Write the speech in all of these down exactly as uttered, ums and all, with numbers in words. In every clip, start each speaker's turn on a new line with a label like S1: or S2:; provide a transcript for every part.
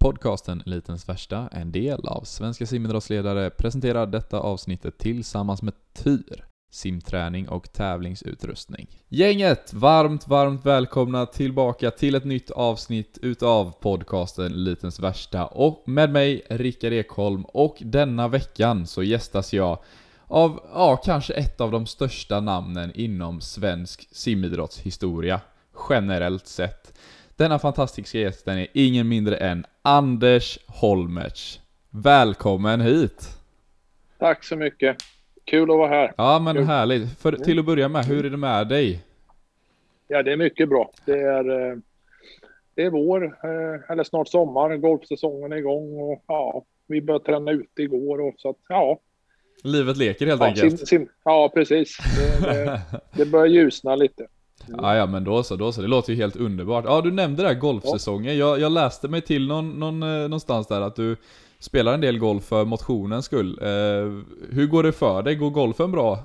S1: Podcasten Elitens värsta, en del av Svenska simidrottsledare, presenterar detta avsnittet tillsammans med Tyr, simträning och tävlingsutrustning. Gänget, varmt, varmt välkomna tillbaka till ett nytt avsnitt utav podcasten Elitens värsta. Och med mig, Rickard Ekholm, och denna veckan så gästas jag av, ja, kanske ett av de största namnen inom svensk simidrottshistoria, generellt sett. Denna fantastiska gästen är ingen mindre än Anders Holmertz. Välkommen hit!
S2: Tack så mycket. Kul att vara här.
S1: Ja, men
S2: Kul.
S1: Härligt. För, till att börja med, hur är det med dig?
S2: Ja, det är mycket bra. Det är, eh, det är vår, eh, eller snart sommar. Golfsäsongen är igång och ja, vi började träna ute igår. Och så att, ja.
S1: Livet leker helt
S2: ja,
S1: enkelt.
S2: Sim, sim, ja, precis. Det, det, det börjar ljusna lite.
S1: Mm. Ja, ja, men då så, då så. Det låter ju helt underbart. Ja, du nämnde det här golfsäsongen. Jag, jag läste mig till någon, någon, någonstans där att du spelar en del golf för motionens skull. Eh, hur går det för dig? Går golfen bra?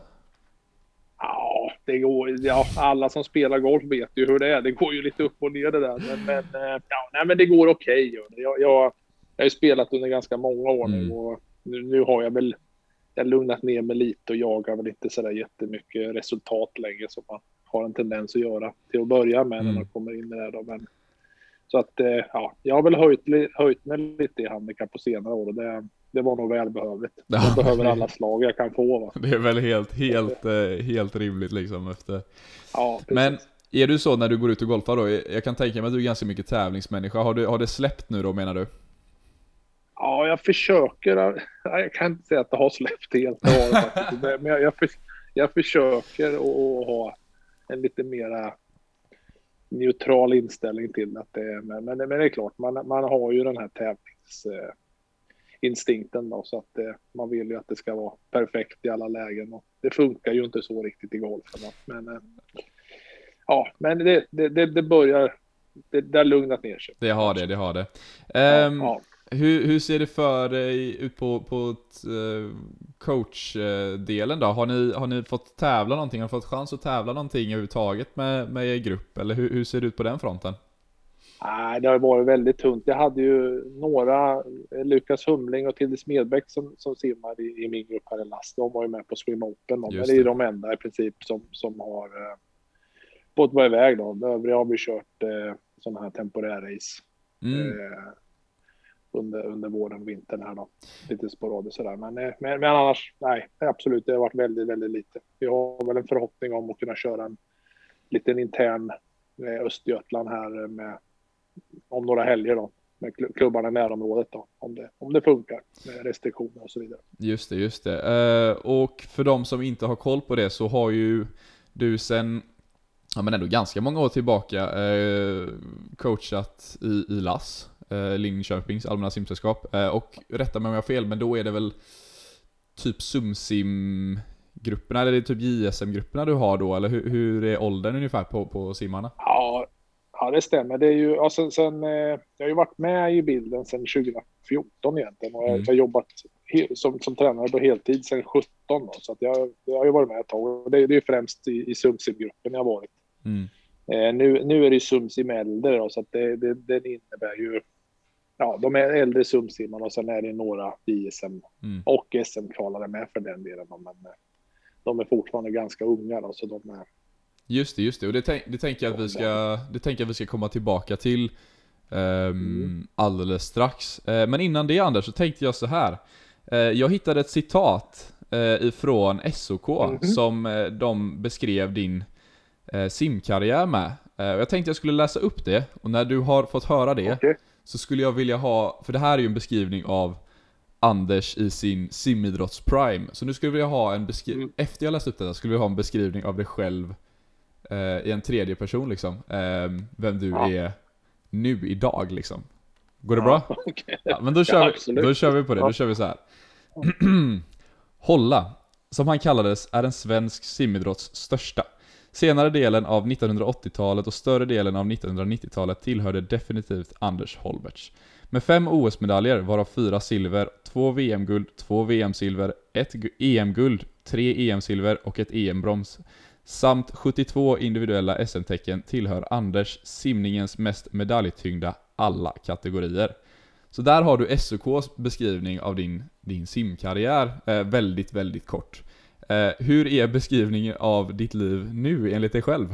S2: Ja, det går, ja, alla som spelar golf vet ju hur det är. Det går ju lite upp och ner det där. Men, men, ja, nej, men det går okej. Okay. Jag, jag, jag har ju spelat under ganska många år nu. Mm. Och nu, nu har jag väl jag lugnat ner mig lite och jagar väl inte sådär jättemycket resultat längre som man har en tendens att göra till att börja med mm. när man kommer in i det här då. Men, så att ja, jag har väl höjt, höjt mig lite i handikapp på senare år och det, det var nog välbehövligt. Ja, jag behöver alla slag jag kan få. Va?
S1: Det är väl helt, helt, helt rimligt liksom efter.
S2: Ja, precis.
S1: Men är du så när du går ut och golfar då? Jag kan tänka mig att du är ganska mycket tävlingsmänniska. Har, du, har det släppt nu då, menar du?
S2: Ja, jag försöker. Jag kan inte säga att det har släppt helt. Men jag, jag, för, jag försöker att ha en lite mera neutral inställning till att det är, men, men, men det är klart, man, man har ju den här tävlingsinstinkten då, så att det, man vill ju att det ska vara perfekt i alla lägen och det funkar ju inte så riktigt i golfen då. Men ja, men det, det, det, det börjar det, det har lugnat ner sig.
S1: Det har det, det har det. Um,
S2: ja, ja.
S1: Hur, hur ser det för dig ut på, på uh, coachdelen då? Har ni, har ni fått tävla någonting? Har ni fått chans att tävla någonting överhuvudtaget med, med er grupp? Eller hur, hur ser det ut på den fronten?
S2: Nej, det har varit väldigt tunt. Jag hade ju några, Lukas Humling och Tilde Smedbäck som, som simmar i, i min grupp här i last. De var ju med på Swim Open. Då, men det är de enda i princip som, som har uh, fått vara iväg då. Övriga har vi kört uh, sådana här temporärrace. Mm. Uh, Under, under våren och vintern här då. Lite sporadiskt sådär. Men, men, men annars, nej, absolut. Det har varit väldigt, väldigt lite. Vi har väl en förhoppning om att kunna köra en liten intern eh, Östergötland här med, om några helger då. Med klubbarna i närområdet då. Om det, om det funkar med restriktioner och så vidare.
S1: Just det, just det. Uh, och för de som inte har koll på det så har ju du sen, ja men ändå ganska många år tillbaka uh, coachat i, i L A S. Linköpings allmänna simsällskap. Och rätta mig om jag har fel, men då är det väl typ sumsim-grupperna eller är det typ J S M-grupperna du har då? Eller hur, hur är åldern ungefär på, på simmarna?
S2: Ja, ja, det stämmer. Det är ju, ja, sen, sen, jag har ju varit med i bilden sedan tjugo fjorton egentligen. Och jag mm. har jobbat he, som, som tränare på heltid sedan sjutton. Då, så att jag, jag har ju varit med ett tag. Det, det är främst i, i sumsim-gruppen jag har varit. Mm. Eh, nu, nu är det ju sumsim äldre då, så att det, det, det innebär ju ja, de är äldre sumsimmar och sen är det några I S M mm. och S M-kvalare med för den delen. Men de är fortfarande ganska unga då, så de är...
S1: Just det, just det. Och det, tänk, det tänker jag att vi ska, det tänker jag att vi ska komma tillbaka till um, mm. alldeles strax. Uh, men innan det, Anders, så tänkte jag så här. Uh, jag hittade ett citat uh, ifrån S O K mm. som uh, de beskrev din uh, simkarriär med. Uh, jag tänkte jag skulle läsa upp det. Och när du har fått höra det okay. så skulle jag vilja ha, för det här är ju en beskrivning av Anders i sin simidrotts prime. Så nu skulle jag vilja ha en beskrivning, mm. efter jag läst upp det skulle vi ha en beskrivning av dig själv eh, i en tredje person liksom. Eh, vem du ja. är nu idag liksom. Går det ja, bra?
S2: Okay.
S1: Ja, men då kör, ja, vi, då kör vi på det, då kör vi så här. Hålla, som han kallades, är en svensk simidrotts största. Senare delen av nittonhundraåttiotalet och större delen av nittonhundranittiotalet tillhörde definitivt Anders Holmertz. Med fem O S-medaljer, varav fyra silver, två V M-guld, två V M-silver, ett E M-guld, tre E M-silver och ett E M-broms, samt sjuttiotvå individuella S M-tecken tillhör Anders simningens mest medaljtyngda alla kategorier. Så där har du S O K:s beskrivning av din, din simkarriär, eh, väldigt, väldigt kort. Eh, hur är beskrivningen av ditt liv nu enligt dig själv?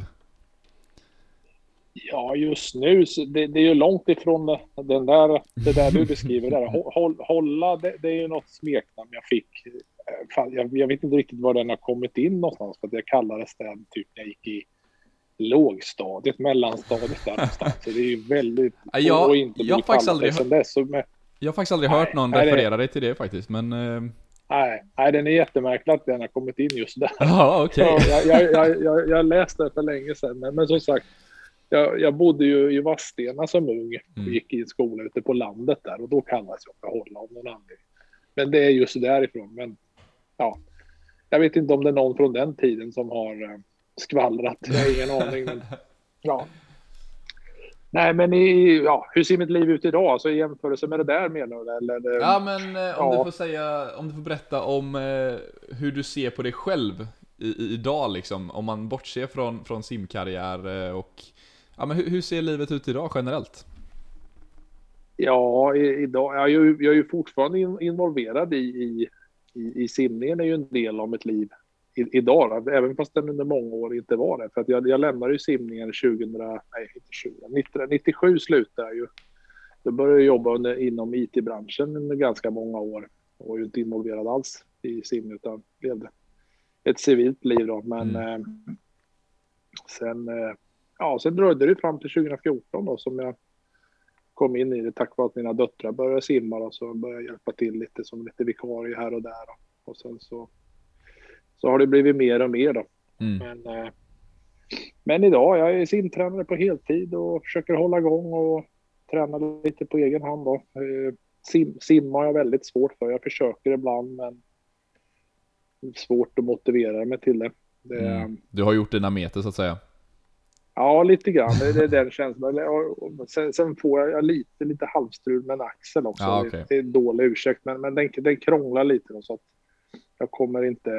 S2: Ja, just nu, så det, det är ju långt ifrån det, den där, det där du beskriver där. Håll, hålla, det, det är ju något smeknamn jag fick. Fan, jag, jag vet inte riktigt var den har kommit in någonstans, för att jag kallades den typ när jag gick i lågstadiet, mellanstadiet där någonstans. Så det är ju väldigt...
S1: Ja, jag,
S2: inte
S1: jag har faktiskt aldrig, hört,
S2: dess, med,
S1: jag har faktiskt aldrig
S2: nej,
S1: hört någon
S2: nej,
S1: referera
S2: det,
S1: dig till det faktiskt, men... Eh...
S2: Nej, nej, den är jättemärklig att den har kommit in just där.
S1: Ja, okej. Okay.
S2: jag, jag, jag, jag, jag läste det för länge sedan, men, men som sagt, jag, jag bodde ju i Vadstena som ung och
S1: Mm.
S2: gick i en skola ute på landet där, och då kallades jag för Hålla av någon anledning. Men det är just därifrån. Men ja, jag vet inte om det är någon från den tiden som har eh, skvallrat. Jag har ingen aning. Men, ja. Nej, men i, ja, hur ser mitt liv ut idag? Alltså i jämförelse med det där, menar du? Eller,
S1: ja, men eh, om
S2: ja.
S1: du får säga, om du får berätta om eh, hur du ser på dig själv i, i, idag liksom, om man bortser från, från simkarriär eh, och ja, men hur, hur ser livet ut idag generellt?
S2: Ja, i, idag, jag, är ju, jag är ju fortfarande in, involverad i, i, i, i simningen, är ju en del av mitt liv i, idag, även fast den under många år inte var det. För att jag, jag lämnade ju simningen tjugo, nej, inte tjugo, nittiosju slutade jag ju. Då började jag jobba under, inom I T-branschen under ganska många år och var ju inte involverad alls i sim, utan levde ett civilt liv då. Men mm. eh, sen, eh, ja, sen dröjde det fram till tjugo fjorton då som jag kom in i det, tack vare att mina döttrar började simma, och så började jag hjälpa till lite som lite vikarie här och där. Och sen så, så har det blivit mer och mer då.
S1: Mm.
S2: Men, eh, men idag, jag är simtränare på heltid och försöker hålla igång och träna lite på egen hand då. Eh, sim, simma har jag väldigt svårt för. Jag försöker ibland, men svårt att motivera mig till det. det
S1: mm. Du har gjort dina meter så att säga.
S2: Ja, lite grann. Det är den känslan. Sen, sen får jag lite, lite halvstrul med en axel också.
S1: Ja, okay.
S2: Det är en dålig ursäkt, men, men den, den krånglar lite då, så att jag kommer inte...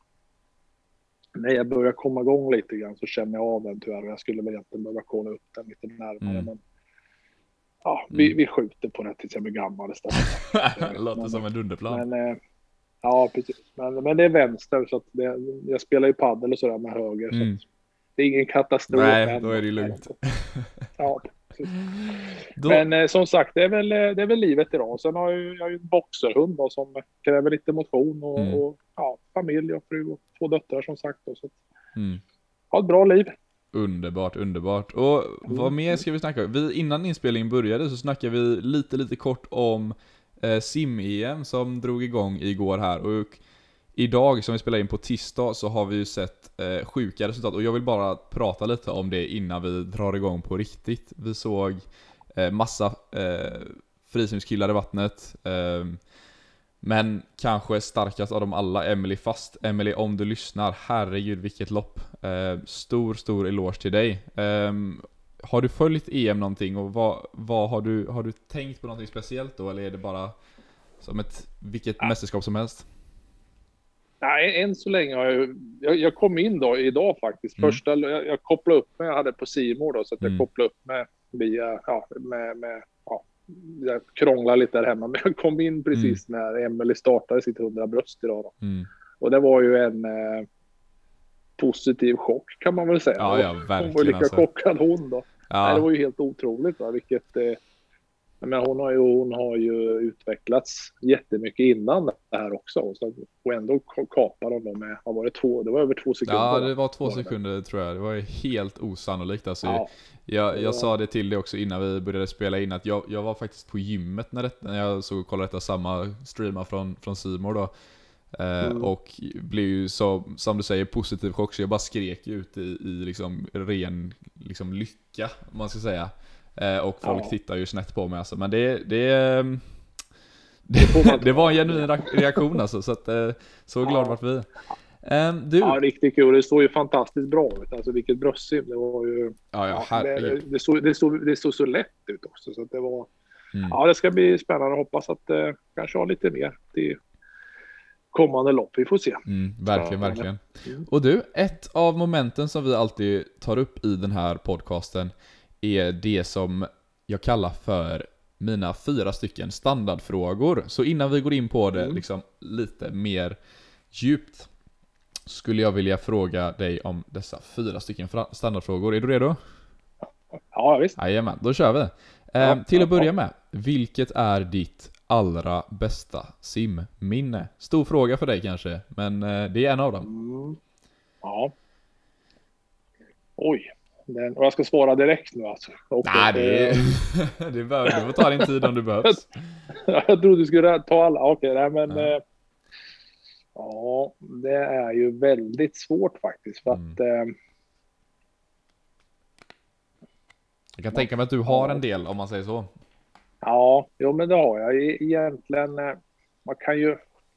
S2: När jag börjar komma igång lite grann så känner jag av den tyvärr. Jag skulle väl egentligen behöva kolla upp den lite närmare. Mm. Men ja, vi, mm. vi skjuter på det tills jag blir gammal istället.
S1: Det låter men, som en dunderplan.
S2: Men, ja, precis. Men, men det är vänster, så att det, jag spelar ju paddel och sådär med höger.
S1: Mm.
S2: Så det är ingen katastrof.
S1: Nej, då är det ju lugnt.
S2: Ja,
S1: då...
S2: Men eh, som sagt, det är, väl, det är väl livet idag. Sen har jag, jag har ju en boxerhund då, som kräver lite motion och, mm. och ja, familj och fru och två döttrar som sagt. Då, så
S1: mm.
S2: ha ett bra liv.
S1: Underbart, underbart. Och vad mer ska vi snacka om? Vi, innan inspelningen började så snackade vi lite, lite kort om eh, sim-E M som drog igång igår här. Och idag som vi spelar in på tisdag så har vi ju sett eh, sjuka resultat. Och jag vill bara prata lite om det innan vi drar igång på riktigt. Vi såg eh, massa eh, frisimskillar i vattnet. Eh, men kanske starkast av dem alla, Emily Fast. Emily, om du lyssnar, herregud vilket lopp. Eh, stor, stor eloge till dig. Eh, har du följt E M någonting och vad, vad har, du, har du tänkt på någonting speciellt då? Eller är det bara som ett vilket ja. mästerskap som helst?
S2: Nej, än så länge har jag, jag, jag kom in då idag faktiskt.
S1: Mm.
S2: Första, jag, jag kopplade upp mig, jag hade på C More då, så att jag
S1: mm.
S2: kopplade upp mig via, ja, med, med, ja, jag krånglar lite där hemma, men jag kom in precis mm. när Emily startade sitt hundra bröst idag då.
S1: Mm.
S2: Och det var ju en eh, positiv chock kan man väl säga.
S1: Ja, ja, verkligen.
S2: Hon var lika
S1: alltså.
S2: chockad hon då.
S1: Ja.
S2: Nej, det var ju helt otroligt va, vilket... Eh, men hon har ju, hon har ju utvecklats jättemycket innan det här också. Så, och ändå kapar hon med, vad var det, två, det var över två sekunder.
S1: Ja, det var två var sekunder det. tror jag. Det var ju helt osannolikt. Alltså, ja. jag, jag ja. sa det till dig också innan vi började spela in, att jag, jag var faktiskt på gymmet när, det, när jag såg och kollade detta samma streama från, från C More då. Eh, mm. Och blev ju så, som du säger, positiv chock. Så jag bara skrek ut i, i liksom ren liksom lycka, om man ska säga. Och folk ja. tittar ju snett på mig alltså. Men det, det, det, det var en genuin reaktion alltså. Så, att, så glad ja. vart vi. um, du...
S2: Ja, riktigt kul. Det såg ju fantastiskt bra ut. Alltså vilket bröstsim. Det var ju
S1: ja, ja,
S2: ja, det, det, såg, det, såg, det såg så lätt ut också. Så att det var mm. ja, det ska bli spännande. Hoppas att eh, kanske ha lite mer till kommande lopp. Vi får se.
S1: Mm, verkligen, verkligen. Mm. Och du, ett av momenten som vi alltid tar upp i den här podcasten är det som jag kallar för mina fyra stycken standardfrågor. Så innan vi går in på det
S2: Mm.
S1: liksom lite mer djupt, skulle jag vilja fråga dig om dessa fyra stycken fra- standardfrågor. Är du redo?
S2: Ja, visst.
S1: Jajamän, då kör vi. Eh,
S2: Ja,
S1: till
S2: ja,
S1: att börja
S2: ja.
S1: med, vilket är ditt allra bästa simminne? Stor fråga för dig kanske, men eh, det är en av dem.
S2: Mm. Ja. Oj. Den, och jag ska svara direkt nu alltså. Okay.
S1: Nej, det är... det behöver, du får ta din tid om du behövs.
S2: Jag trodde du skulle ta alla. Okej, nej men...
S1: Ja.
S2: Eh, ja, det är ju väldigt svårt faktiskt. För
S1: Mm.
S2: att... Eh,
S1: Jag kan tänka mig att du har en del, om man säger så.
S2: ja, jo men det har jag. E- Egentligen... Eh, man kan ju...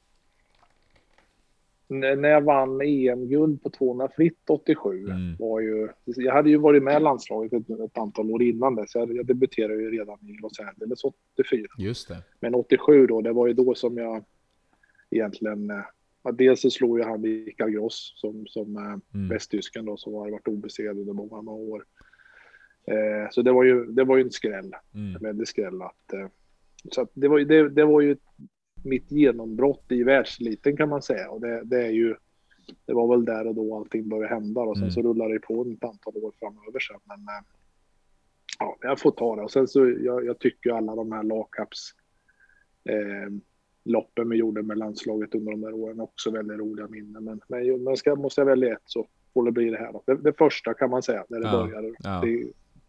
S2: N- När jag vann E M-guld på tvåhundra fritt åttiosju
S1: Mm.
S2: var ju... Jag hade ju varit med i landslaget ett, ett antal år innan det. Så jag, jag debuterade ju redan i Los Angeles åttiofyra.
S1: Just det.
S2: Men åttiosju då, det var ju då som jag egentligen... eh, Ja, dels så slog jag han Mikael Gross som, som eh,
S1: Mm.
S2: västtysken då, som har varit obesegrad under många, många år. Eh, så det var ju, det var ju en skräll.
S1: Mm.
S2: En väldig skräll att, eh, så att det var ju, det, det var ju mitt genombrott i världseliten kan man säga. Och det, det är ju, det var väl där och då allting började hända och sen
S1: Mm.
S2: så rullade det på ett antal år framöver sen. Men eh, ja, jag får ta det. Och sen så, jag, jag tycker alla de här lagkaps eh, loppen vi gjorde med landslaget under de där åren också väldigt roliga minnen. Men, men, men ska, måste jag välja ett så får det bli det här då. Det, det första kan man säga, när det
S1: Ja,
S2: började.
S1: ja.
S2: Det,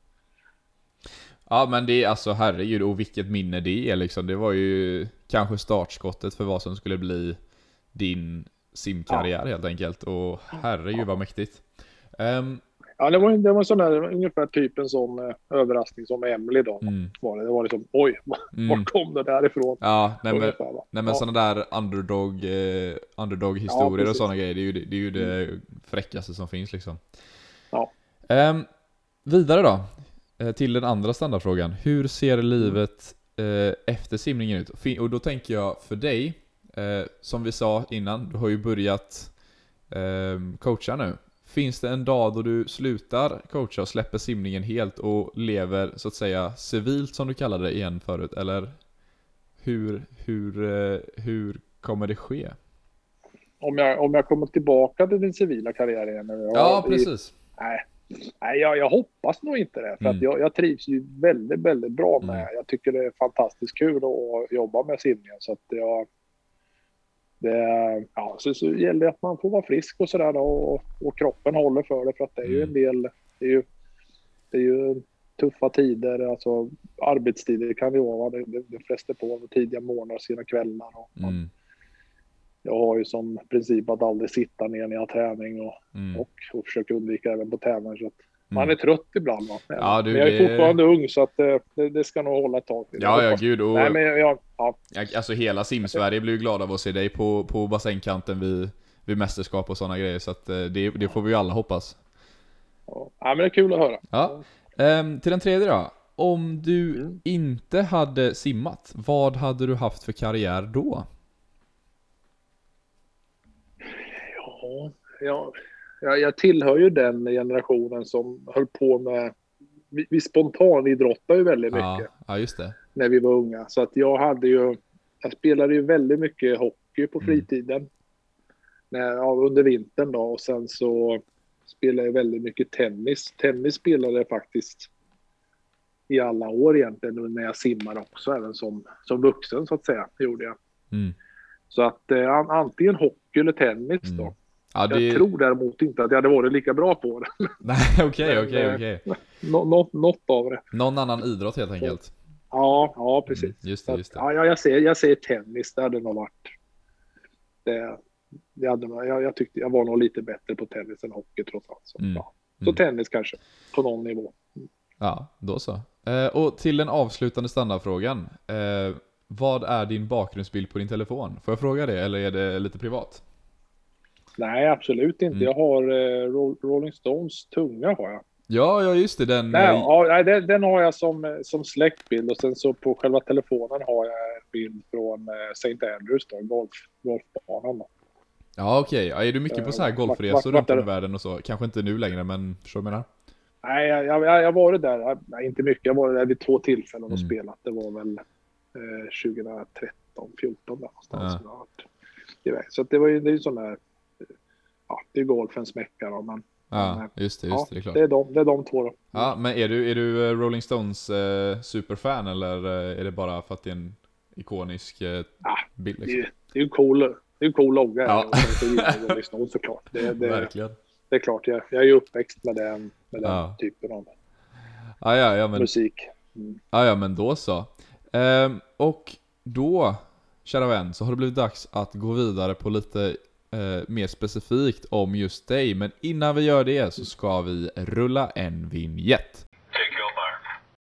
S1: Ja, men det är alltså, herregud, och vilket minne det är liksom. Det var ju kanske startskottet för vad som skulle bli din simkarriär helt enkelt. Och herregud vad mäktigt. Um,
S2: ja, det var, det var sån där, ungefär typ en sån eh, överraskning som Emily då.
S1: mm,
S2: Var det. Det var liksom, oj,
S1: mm.
S2: var kom det därifrån?
S1: Ja, nej men,
S2: Ungefär, va?
S1: nej, men
S2: Ja.
S1: sådana där underdog, eh, underdog
S2: Ja,
S1: historier och
S2: precis.
S1: sådana grejer, det är ju det, det, är ju det fräckaste som finns liksom.
S2: Ja.
S1: Ehm, vidare då, eh, till den andra standardfrågan. Hur ser livet eh, efter simningen ut? Fin- Och då tänker jag för dig, eh, som vi sa innan, du har ju börjat eh, coacha nu. Finns det en dag då du slutar coacha och släpper simningen helt och lever så att säga civilt som du kallade det igen förut? Eller hur, hur, eh, hur kommer det ske?
S2: Om, jag, om jag kommer tillbaka till din civila karriär igen? eller?
S1: Ja,
S2: i-
S1: precis.
S2: Nej, nej jag, jag hoppas nog inte det. För
S1: Mm.
S2: att jag, jag trivs ju väldigt, väldigt bra med.
S1: Mm.
S2: Jag tycker det är fantastiskt kul att jobba med simningen. Så att jag... Det, ja, så, så gäller det att man får vara frisk och sådär då, och, och kroppen håller för det. För att det är ju
S1: Mm.
S2: en del... Det är ju, det är ju tuffa tider. Alltså arbetstider kan det vara. Det, det, det fräster på med tidiga morgnar, sena kvällar. Och man,
S1: Mm.
S2: Jag har ju som princip att aldrig sitta ner när jag har träning och,
S1: Mm.
S2: och, och försöka undvika även på tävlingar. Så att man
S1: Mm.
S2: är trött ibland. Va?
S1: Ja, du,
S2: men jag är
S1: det-
S2: fortfarande ung så att eh, det, det ska nog hålla ett tag till.
S1: Ja,
S2: Jag
S1: ja,
S2: hoppas.
S1: gud. Och,
S2: Nej, men jag, ja,
S1: alltså hela Sim-Sverige blir ju glada av att se dig på, på bassängkanten vid, vid mästerskap och sådana grejer. Så att eh, det, det får vi ju alla hoppas.
S2: ja. ja, men det är kul att höra.
S1: Ja. Ehm, till den tredje då. Om du
S2: Mm.
S1: inte hade simmat, vad hade du haft för karriär då?
S2: Ja, ja, jag, jag tillhör ju den generationen som höll på med... Vi, vi spontanidrottade ju väldigt mycket
S1: Ja, ja, just det.
S2: när vi var unga. Så att jag hade ju... Jag spelade ju väldigt mycket hockey på
S1: Mm.
S2: fritiden. När, ja, under vintern då. Och sen så spelade jag väldigt mycket tennis. Tennis spelade jag faktiskt i alla år egentligen. Och när jag simmade också, även som, som vuxen så att säga, gjorde jag.
S1: Mm.
S2: Så att eh, an- antingen hockey eller tennis då.
S1: Mm. Ja, det...
S2: Jag tror däremot inte att jag hade varit lika bra på det.
S1: Nej, okej,
S2: Men,
S1: okej,
S2: eh,
S1: okej.
S2: Nå, nå, något av det.
S1: Någon annan idrott helt enkelt.
S2: Ja, ja precis.
S1: Mm, just det,
S2: Så
S1: just det.
S2: att, ja, jag, ser, jag ser tennis, det hade nog varit... Det, det hade, nog- jag, jag tyckte jag var nog lite bättre på tennis än hockey trots allt. Så,
S1: Mm.
S2: ja. så
S1: Mm.
S2: tennis kanske, på någon nivå.
S1: Ja, då så. Eh, och till den avslutande standardfrågan. Eh, vad är din bakgrundsbild på din telefon? Får jag fråga det, eller är det lite privat?
S2: Nej, absolut inte.
S1: Mm.
S2: Jag har eh, Ro- Rolling Stones tunga har jag.
S1: Ja, ja just det. Den...
S2: Nej,
S1: eh,
S2: ja, nej, den, den har jag som, eh, som släktbild och sen så på själva telefonen har jag en bild från eh, Saint Andrews då, golf, golfbanan då.
S1: Ja, okej. Ja, är du mycket på så här
S2: Eh,
S1: golfresor
S2: vart- vart
S1: runt om
S2: är
S1: i
S2: det?
S1: världen och så? Kanske inte nu längre, men förstår du vad jag menar?
S2: Nej, jag, jag, jag var där, nej, inte mycket, jag var där vid två tillfällen och
S1: Mm.
S2: spelat. Det var väl eh, tjugotretton fjorton där någonstans.
S1: Ja.
S2: Som jag har varit iväg. Så att det var ju, det är ju sån där, ja, det är golfens mecka då, men
S1: Ja,
S2: men,
S1: just det, just det, det är klart.
S2: Det är de, det är de två då.
S1: Ja, men är du, är du eh, Rolling Stones eh, superfan, eller eh, är det bara för att det är en ikonisk eh,
S2: Ja,
S1: bild
S2: det,
S1: liksom?
S2: är, det är ju cool, det är ju cool logga.
S1: Ja.
S2: Och sen så gillar jag Rolling Stones såklart. Det, det,
S1: Verkligen.
S2: det är klart, jag, jag är ju uppväxt med den, med den
S1: Ja.
S2: typen av
S1: Ja, ja, ja, men,
S2: musik. Mm.
S1: ja, ja, men då så. Ehm, och då, kära vän, så har det blivit dags att gå vidare på lite eh, mer specifikt om just dig. Men innan vi gör det så ska vi rulla en vignett.
S3: Take your mark.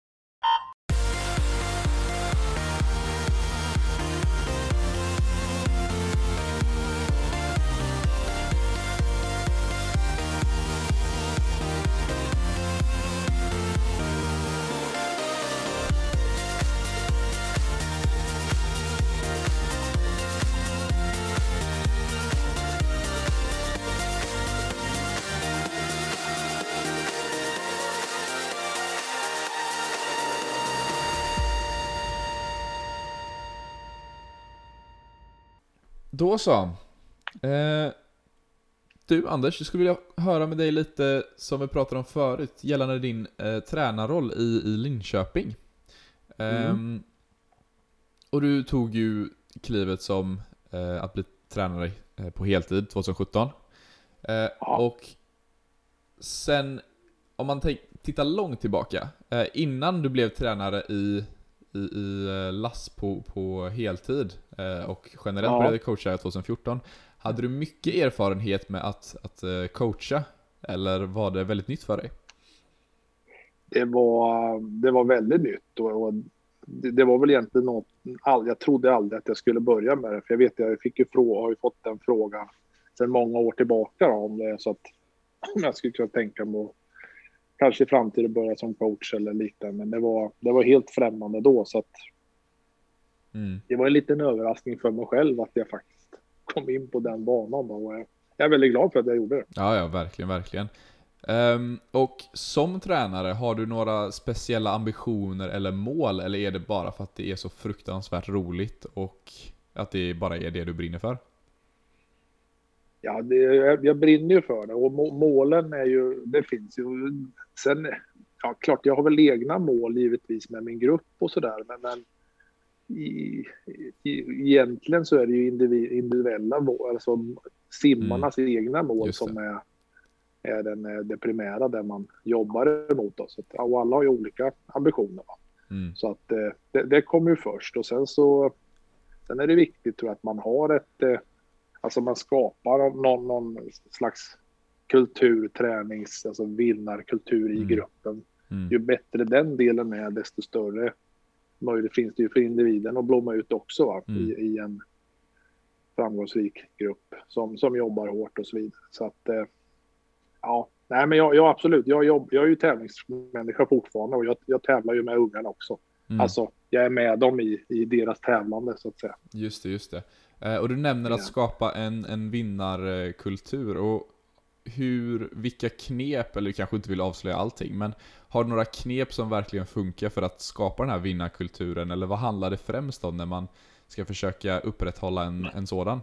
S1: Då så. Eh, du Anders, jag skulle vilja höra med dig lite som vi pratade om förut gällande din eh, tränarroll i, i Linköping. Eh,
S2: Mm.
S1: Och du tog ju klivet som eh, att bli tränare eh, på heltid tjugohundrasjutton. Eh,
S2: Ja.
S1: Och sen, om man tänk, tittar långt tillbaka, eh, innan du blev tränare i i, i eh, Lass på, på heltid eh, och generellt
S2: Ja.
S1: började coacha tjugohundrafjorton. Hade du mycket erfarenhet med att, att eh, coacha, eller var det väldigt nytt för dig?
S2: Det var, det var väldigt nytt och, och det, det var väl egentligen något, all, jag trodde aldrig att jag skulle börja med det, för jag vet jag fick ju fråga, har ju fått den frågan sedan många år tillbaka då, om det är så att om jag skulle kunna tänka mig att kanske i framtiden börja som coach eller liknande, men det var, det var helt främmande då, så att
S1: Mm.
S2: det var en liten överraskning för mig själv att jag faktiskt kom in på den banan då, och jag, jag är väldigt glad för att jag gjorde det.
S1: Ja, ja, verkligen, verkligen. Ehm, och som tränare, har du några speciella ambitioner eller mål, eller är det bara för att det är så fruktansvärt roligt och att det bara är det du brinner för?
S2: Ja, det, jag, jag brinner ju för det och må, målen är ju, det finns ju. Sen, ja klart, jag har väl egna mål givetvis med min grupp och sådär, men, men i, i, egentligen så är det ju individ, individuella mål, alltså simmarnas egna mål
S1: Just det.
S2: som är, är den, det primära där man jobbar emot oss. Att, och alla har ju olika ambitioner. Va?
S1: Mm.
S2: Så att eh, det, det kommer ju först och sen så sen är det viktigt tror jag, att man har ett eh, alltså man skapar någon, någon slags kultur, tränings, alltså vinnarkultur i
S1: Mm.
S2: gruppen.
S1: Mm.
S2: Ju bättre den delen är, desto större möjlighet finns det ju för individen att blomma ut också va?
S1: Mm.
S2: I, i en framgångsrik grupp som, som jobbar hårt och så vidare. Så att, eh, ja, nej men jag, jag absolut, jag, jobb, jag är ju tävlingsmänniska fortfarande och jag, jag tävlar ju med ungarna också.
S1: Mm.
S2: Alltså, jag är med dem i, i deras tävlande så att säga.
S1: Just det, just det. Eh, och du nämner att
S2: Ja.
S1: skapa en, en vinnarkultur. Och hur, vilka knep, eller du kanske inte vill avslöja allting, men har du några knep som verkligen funkar för att skapa den här vinnarkulturen? Eller vad handlar det främst om när man ska försöka upprätthålla en, en sådan?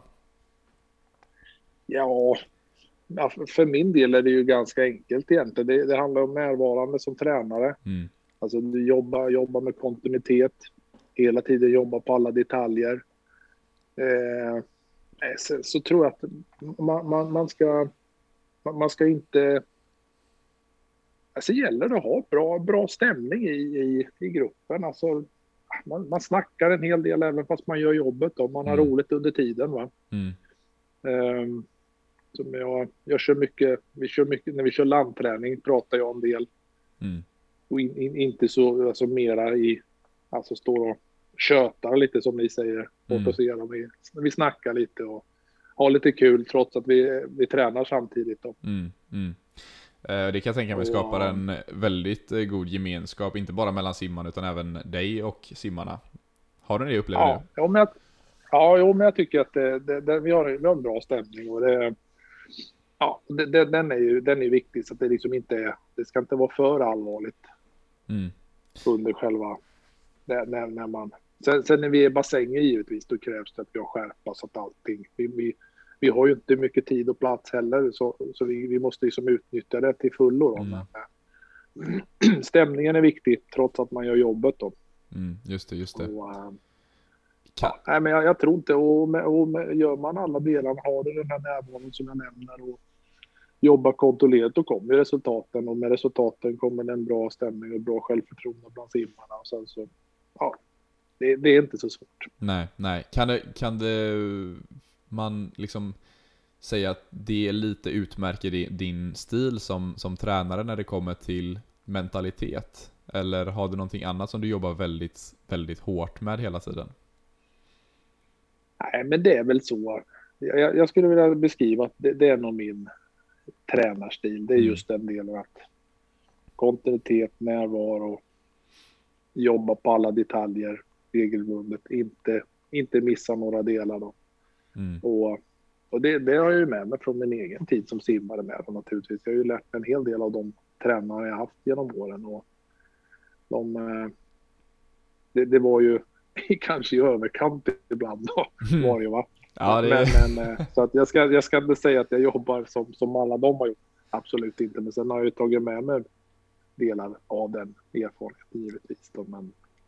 S2: Ja, ja, för- för min del är det ju ganska enkelt egentligen. Det, det handlar om närvarande som tränare.
S1: Mm.
S2: Alltså du jobbar, jobbar med kontinuitet. Hela tiden jobbar på alla detaljer. Eh, så, så tror jag att man, man, man ska man, man ska inte... Alltså gäller det att ha bra, bra stämning i, i, i gruppen. Alltså, man, man snackar en hel del även fast man gör jobbet. Och man har
S1: Mm.
S2: roligt under tiden. Va?
S1: Mm.
S2: Um, som jag, jag kör mycket, vi kör mycket, när vi kör landträning pratar jag en del.
S1: Mm.
S2: Och in, in, inte så, alltså mera i, alltså står och tjötar lite som ni säger.
S1: Mm.
S2: Och så vi, vi snackar lite och har lite kul trots att vi, vi tränar samtidigt. Då.
S1: Mm. Mm. Eh, Det kan jag tänka mig
S2: Och-
S1: skapar en väldigt eh, god gemenskap, inte bara mellan simmarna utan även dig och simmarna. Har du det, upplever
S2: Ja, ja, men jag, ja jo, men jag tycker att det, det, det, vi, har, vi har en bra stämning och det, ja, det, det, den är ju den är viktig så att det liksom inte är, det ska inte vara för allvarligt
S1: Mm.
S2: under själva, det, när, när man, sen, sen när vi är i bassängen givetvis, då krävs det att vi har skärpa så att allting, vi, vi, vi har ju inte mycket tid och plats heller, så, så vi, vi måste liksom utnyttja det till fullo då.
S1: Mm.
S2: Men, stämningen är viktig trots att man gör jobbet då.
S1: Mm, just det, just det.
S2: Och, äh, ja, nej, men jag, jag tror inte, och, med, och med, gör man alla delar, har du den här närvaron som jag nämner och jobbar kontrollerat, då kommer resultaten, och med resultaten kommer en bra stämning och bra självförtroende bland simmarna, och sen så, ja, det, det är inte så svårt.
S1: Nej, nej. Kan det, kan det man liksom säga att det lite utmärker din stil som, som tränare när det kommer till mentalitet? Eller har du någonting annat som du jobbar väldigt, väldigt hårt med hela tiden?
S2: Nej, men det är väl så. Jag, jag skulle vilja beskriva att det, det är nog min tränarstil. Det är just den delen att kontinuitet, närvaro, jobba på alla detaljer regelbundet, inte, inte missa några delar då.
S1: Mm.
S2: Och, och det, det har jag ju med mig från min egen tid som simmare med, och naturligtvis. Jag har ju lärt mig en hel del av de tränare jag haft genom åren, och de, det, det var ju kanske i överkant ibland då, var det, va?
S1: Ja, det...
S2: men, men, så att jag, ska, jag ska inte säga att jag jobbar som, som alla de har gjort. Absolut inte. Men sen har jag ju tagit med mig delar av den erfarenheten givetvis. Då, men...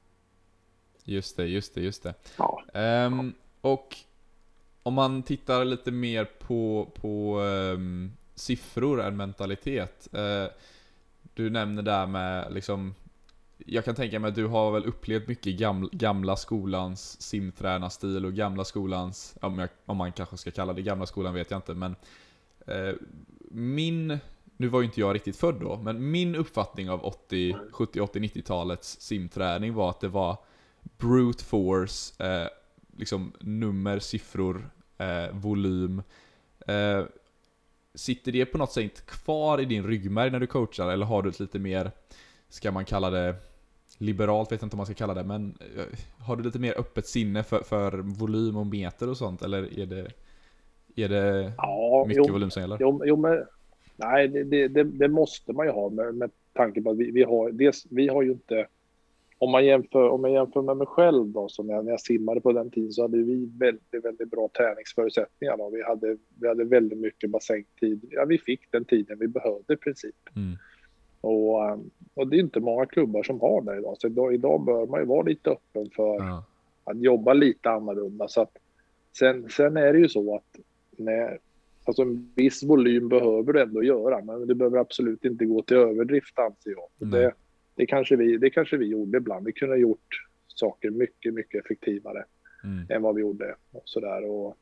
S1: Just det, just det, just det.
S2: Ja.
S1: Um, och om man tittar lite mer på, på um, siffror än mentalitet. Uh, du nämner där med liksom... Jag kan tänka mig att du har väl upplevt mycket gamla, gamla skolans simtränarstil och gamla skolans, om, jag, om man kanske ska kalla det gamla skolan vet jag inte, men eh, min, nu var ju inte jag riktigt född då, men min uppfattning av åttio, sjuttio, åttio, nittio-talets simträning var att det var brute force, eh, liksom nummer, siffror, eh, volym. Eh, sitter det på något sätt kvar i din ryggmärg när du coachar, eller har du ett lite mer, ska man kalla det liberalt, vet inte om man ska kalla det, men har du lite mer öppet sinne för, för volym och meter och sånt, eller är det, är det
S2: ja,
S1: mycket
S2: jo,
S1: volym som gäller?
S2: Jo, jo, men, nej, det, det, det måste man ju ha med, med tanke på att vi, vi har, dels, vi har ju inte, om man jämför, om jag jämför med mig själv då, som jag, när jag simmade på den tiden, så hade vi väldigt, väldigt bra träningsförutsättningar då. Vi hade, vi hade väldigt mycket bassängtid. Ja, vi fick den tiden vi behövde i princip.
S1: Mm.
S2: Och, och det är inte många klubbar som har det idag. Så idag, idag bör man ju vara lite öppen för
S1: Ja.
S2: att jobba lite annorlunda. Så att, sen, sen är det ju så att när, alltså en viss volym behöver du ändå göra. Men du behöver absolut inte gå till överdrift, anser jag. Det, det, kanske vi, det kanske vi gjorde ibland. Vi kunde ha gjort saker mycket, mycket effektivare
S1: mm.
S2: än vad vi gjorde. Och så där. Och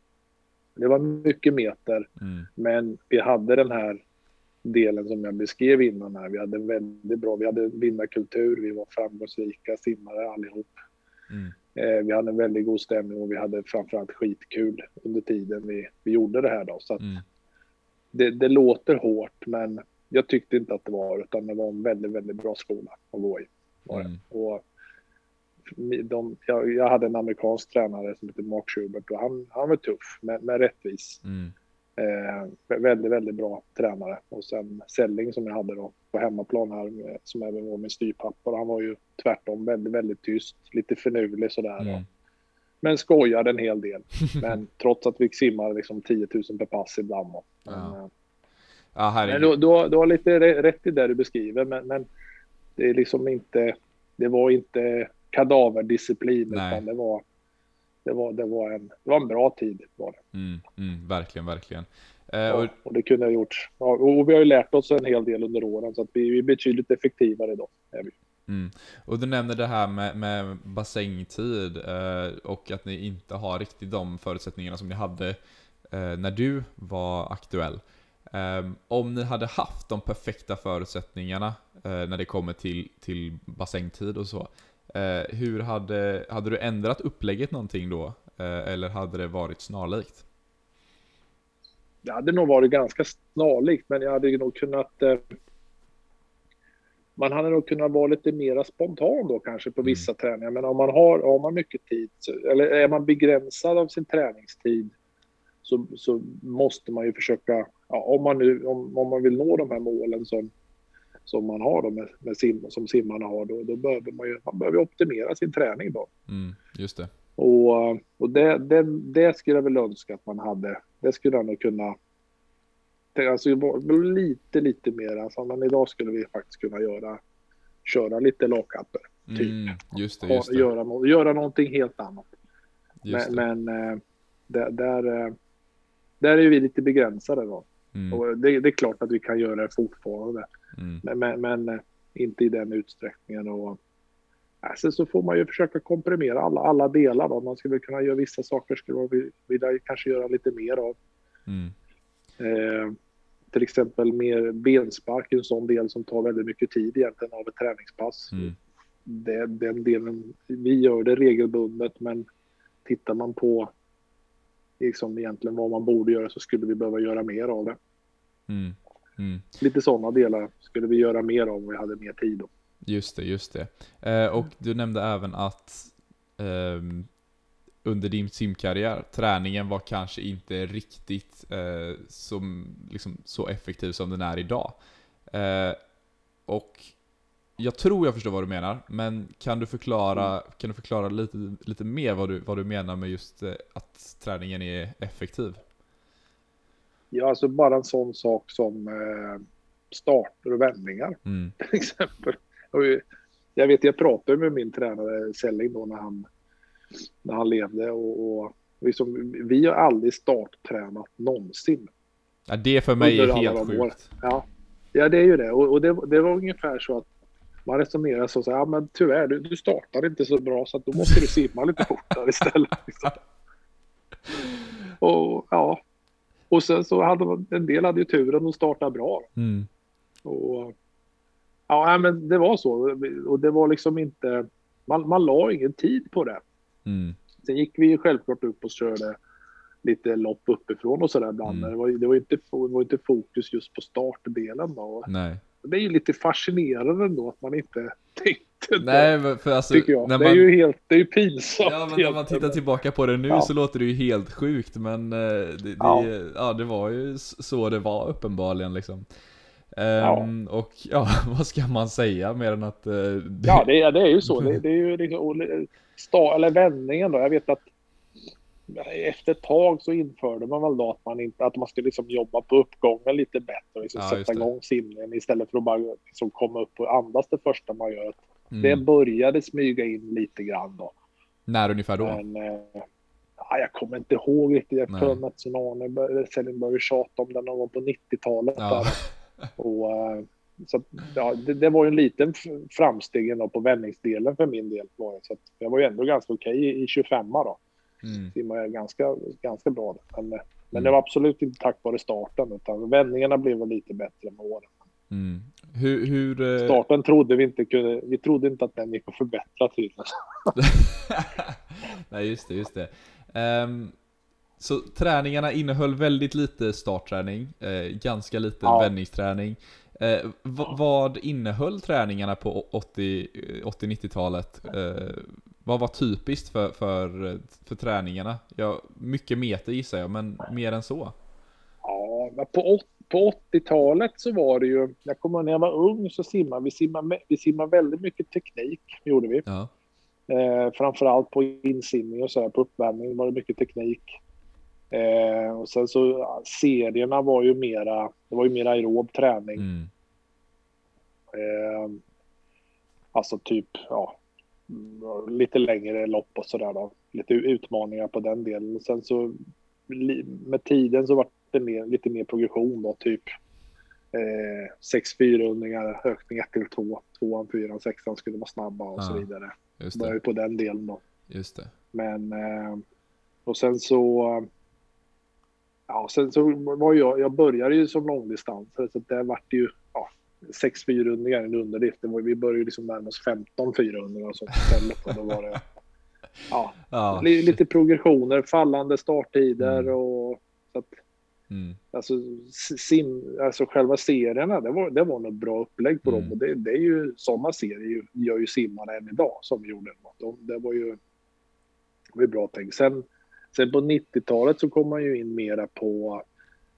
S2: det var mycket meter.
S1: Mm.
S2: Men vi hade den här delen som jag beskrev innan här. Vi hade väldigt bra, vi hade vinnarkultur, vi var framgångsrika simmare allihop.
S1: Mm.
S2: Eh, vi hade en väldigt god stämning och vi hade framförallt skitkul under tiden vi, vi gjorde det här då. Så att
S1: Mm.
S2: det, det låter hårt, men jag tyckte inte att det var, utan det var en väldigt, väldigt bra skola att gå i.
S1: Mm.
S2: Och de, jag, jag hade en amerikansk tränare som heter Mark Schubert, och han, han var tuff, men, men rättvis.
S1: Mm.
S2: Eh, väldigt, väldigt bra tränare. Och sen Selling som jag hade då på hemmaplan här, med, som även var min styrpappa. Och han var ju tvärtom väldigt, väldigt tyst, lite finurlig sådär.
S1: Mm.
S2: Då. Men skojade en hel del. Men trots att vi simmar liksom tio tusen per pass ibland. Då. Men,
S1: Ja.
S2: eh,
S1: Ja, här
S2: men
S1: är...
S2: du, du, har, du har lite rätt i det du beskriver, men, men det är liksom inte, det var inte kadaverdisciplin,
S1: Nej.
S2: utan det var Det var, det, var en, det var en bra tid. Var det.
S1: Mm, mm, verkligen, verkligen. Eh,
S2: och,
S1: och,
S2: och det kunde ha gjorts. Ja, och vi har ju lärt oss en hel del under åren, så att vi, vi är betydligt effektivare idag. Är vi.
S1: mm. Och du nämnde det här med, med bassängtid eh, och att ni inte har riktigt de förutsättningarna som ni hade eh, när du var aktuell. Eh, om ni hade haft de perfekta förutsättningarna eh, när det kommer till, till bassängtid och så, Eh, hur hade, hade du ändrat upplägget någonting då? Eh, eller hade det varit snarlikt?
S2: Det hade nog varit ganska snarlikt, men jag hade nog kunnat... Eh, man hade nog kunnat vara lite mer spontan då kanske på vissa mm. träningar. Men om man har, har man mycket tid, eller är man begränsad av sin träningstid, så, så måste man ju försöka ja, om man nu om, om man vill nå de här målen som, som man har då med, med sim, som simmarna har, då, då behöver man ju man behöver optimera sin träning då.
S1: Mm, just det.
S2: Och, och det, det, det skulle jag väl önska att man hade. Det skulle jag nog kunna, alltså lite, lite mer. Alltså, men idag skulle vi faktiskt kunna göra, köra lite lockuper, typ.
S1: Mm, just det, just det.
S2: Göra, göra någonting helt annat.
S1: Just
S2: men men äh, där, där, äh, där är vi lite begränsade då. Mm. Och det, det är klart att vi kan göra det fortfarande. Mm. Men, men, men äh, inte i den utsträckningen. Och alltså, så får man ju försöka komprimera alla, alla delar då. Man skulle kunna göra vissa saker, skulle man vilja kanske göra lite mer av. Mm. Eh, till exempel mer benspark, en sån del som tar väldigt mycket tid egentligen av ett träningspass. Mm. Det, den delen, vi gör det regelbundet, men tittar man på liksom egentligen vad man borde göra, så skulle vi behöva göra mer av det. Mm. Mm. Lite sådana delar skulle vi göra mer av om vi hade mer tid då.
S1: Just det, just det. Eh, och du nämnde även att eh, under din simkarriär, träningen var kanske inte riktigt eh, som, liksom, så effektiv som den är idag. Eh, och jag tror jag förstår vad du menar, men kan du förklara, mm. kan du förklara lite, lite mer vad du, vad du menar med just eh, att träningen är effektiv?
S2: Ja, alltså bara en sån sak som eh, starter och vändningar, mm. till exempel. Jag vet, jag pratade med min tränare Selling då när han, när han levde och, och liksom, vi har aldrig starttränat någonsin.
S1: Ja, det för mig är helt sjukt.
S2: Ja. ja, det är ju det. Och, och det, det var ungefär så att man resonerar så, så ja men tyvärr, du, du startar inte så bra så att då måste du simma lite fortare istället. Liksom. Och ja, och sen så hade man, en del hade ju turen att starta bra. Mm. Och ja, men det var så. Och det var liksom inte, man, man la ingen tid på det. Mm. Sen gick vi självklart upp och körde lite lopp uppifrån och sådär ibland. Mm. Det var, det var inte, det var inte fokus just på startdelen då.
S1: Nej.
S2: Det är ju lite fascinerande ändå att man inte tänkte.
S1: Nej, för alltså,
S2: tycker jag.
S1: När
S2: det
S1: man,
S2: är ju helt, det är ju pinsamt.
S1: Ja, men när man tittar tillbaka på det nu ja. så låter det ju helt sjukt. Men det, det, ja. Ja, det var ju så det var uppenbarligen liksom. Um, ja. Och ja, vad ska man säga mer än att... Uh,
S2: det... Ja, det är, det är ju så. Det, det är ju liksom, sta, eller vändningen då. Jag vet att efter ett tag så införde man väl då att man, inte, att man skulle liksom jobba på uppgången lite bättre och liksom ja, sätta igång simningen istället för att bara liksom komma upp och andas det första man gör. Mm. Det började smyga in lite grann då.
S1: När ungefär då?
S2: Men, uh, ja, jag kommer inte ihåg riktigt. Jag kunde inte så någon. Sen började tjata om den någon gång på nittiotalet. Ja. Och, så ja, det, det var ju en liten framsteg då på vändningsdelen för min del. Var det. Så att jag var ju ändå ganska okej i, i tjugofem då. Mm. Det var ganska, ganska bra. Men, mm. men det var absolut inte tack vare starten. Utan vändningarna blev väl lite bättre med åren.
S1: Mm. Hur, hur,
S2: starten trodde vi inte kunde, vi trodde inte att den gick att förbättra tydligen.
S1: Nej, just det, just det. Um... Så träningarna innehöll väldigt lite startträning, eh, ganska lite ja. vändningsträning. Eh, v- vad innehöll träningarna på åttio-nittiotalet? Eh, vad var typiskt för, för, för träningarna? Ja, mycket meter gissar jag, men mer än så.
S2: Ja, på, på åttiotalet så var det ju, jag kommer ihåg när jag var ung så simmade vi simmade, vi simmade väldigt mycket teknik, gjorde vi. Ja. Eh, framförallt på insimning och så här, på uppvärmning var det mycket teknik. Eh, och sen så serierna var ju mera, det var ju mera aerob träning. Mm. Eh, alltså typ, ja, lite längre lopp och sådär då. Lite utmaningar på den delen. Och sen så med tiden så var det mer, lite mer progression då, typ eh, sex fyrhundringar, ökningar till två, tvåan, fyran, sexan skulle vara snabba och ja, så vidare. Just det. Började på den delen då.
S1: Just det.
S2: Men, eh, och sen så ja, sen så var jag, jag började ju som långdistans så det vart ju ja, sex fyrhundringar i en underlift. Det var, vi började ju liksom närmast femton fyrahundringar och sånt istället. Och då var det ja, ja, lite progressioner, fallande starttider mm. och så att, mm. alltså, sim, alltså själva serierna, det var, det var något bra upplägg på mm. dem. Och det, det är ju sådana serier gör ju simmarna än idag som vi gjorde. De, det var ju det var bra tänkt. Sen Sen på nittiotalet så kom man ju in mera på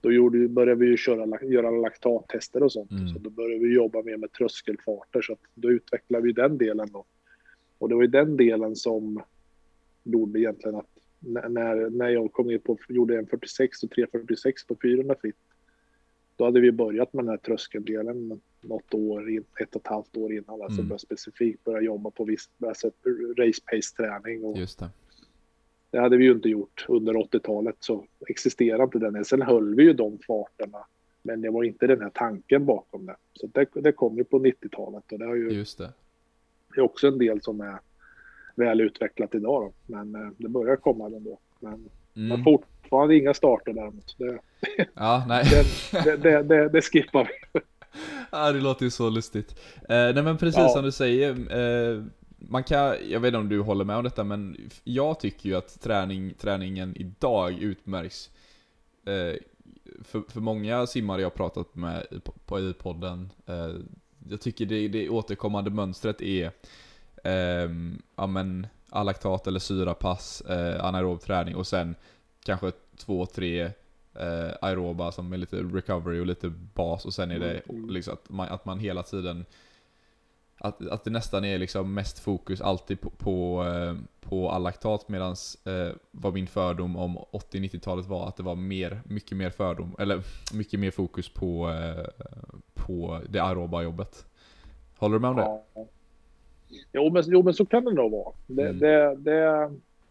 S2: då gjorde, började vi ju köra, göra laktattester och sånt.
S1: Mm.
S2: Så då började vi jobba mer med tröskelfarter, så att då utvecklade vi den delen då. Och det var ju den delen som gjorde egentligen att när, när jag kom ner på, gjorde en fyrtiosex och tre fyrtiosex på fyrahundra fritt, då hade vi börjat med den här tröskeldelen något år, ett och ett halvt år innan. Alltså
S1: Mm.
S2: började specifikt börja jobba på viss alltså race pace träning. Och
S1: Just det.
S2: det hade vi ju inte gjort under åttiotalet, så existerade inte den. Sen höll vi ju de farterna, men det var inte den här tanken bakom det. Så det, det kom ju på nittiotalet, och det har ju
S1: Just det.
S2: det är också en del som är väl utvecklat idag då. Men eh, det börjar komma ändå. Men,
S1: Mm.
S2: men fortfarande inga starter däremot. Det,
S1: Ja, nej.
S2: det, det, det, det skippar vi.
S1: Ja, det låter ju så lustigt. Eh, nej men precis
S2: Ja.
S1: som du säger, eh, man kan, jag vet inte om du håller med om detta, men jag tycker ju att träning, träningen idag utmärks eh, för, för många simmare jag pratat med i, på, i podden. Eh, jag tycker det, det återkommande mönstret är eh, ja, men, alaktat eller syrapass, eh, anaerob träning och sen kanske två, tre eh, aeroba som är lite recovery och lite bas, och sen är det
S2: Mm.
S1: liksom att man, att man hela tiden att, att det nästan är liksom mest fokus alltid på, på, eh, på alaktat, medans eh, vad min fördom om åttio-nittiotalet var att det var mer, mycket mer fördom, eller mycket mer fokus på, eh, på det aeroba jobbet. Håller du med om det?
S2: Ja. Jo, men, jo, men så kan det nog vara. Det,
S1: Mm.
S2: det, det,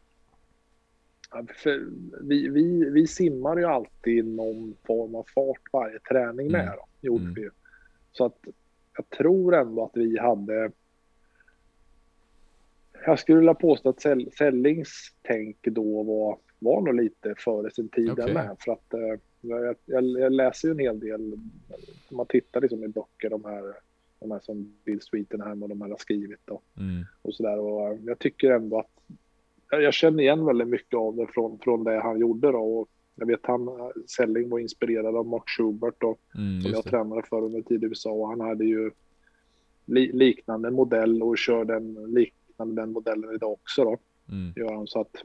S2: för vi, vi, vi simmar ju alltid någon form av fart varje träning med.
S1: Mm.
S2: Då, gjorde
S1: Mm.
S2: vi ju. Så att jag tror ändå att vi hade... Jag skulle vilja påstå att Sell, Sellings tänk då var, var nog lite före sin tid
S1: Okej.
S2: med. För att eh, jag, jag, jag läser ju en hel del, om man tittar liksom i böcker, de här, de här som Bill Sweetenham och de här har skrivit och,
S1: Mm.
S2: och sådär. Och eh, jag tycker ändå att jag, jag känner igen väldigt mycket av det från, från det han gjorde då. Och jag vet han, Selling var inspirerad av Mark Schubert och
S1: Mm,
S2: som jag
S1: just det.
S2: tränade för under tid i U S A, och han hade ju li, liknande modell och kör den liknande den modellen idag också då,
S1: Mm.
S2: gör han. Så att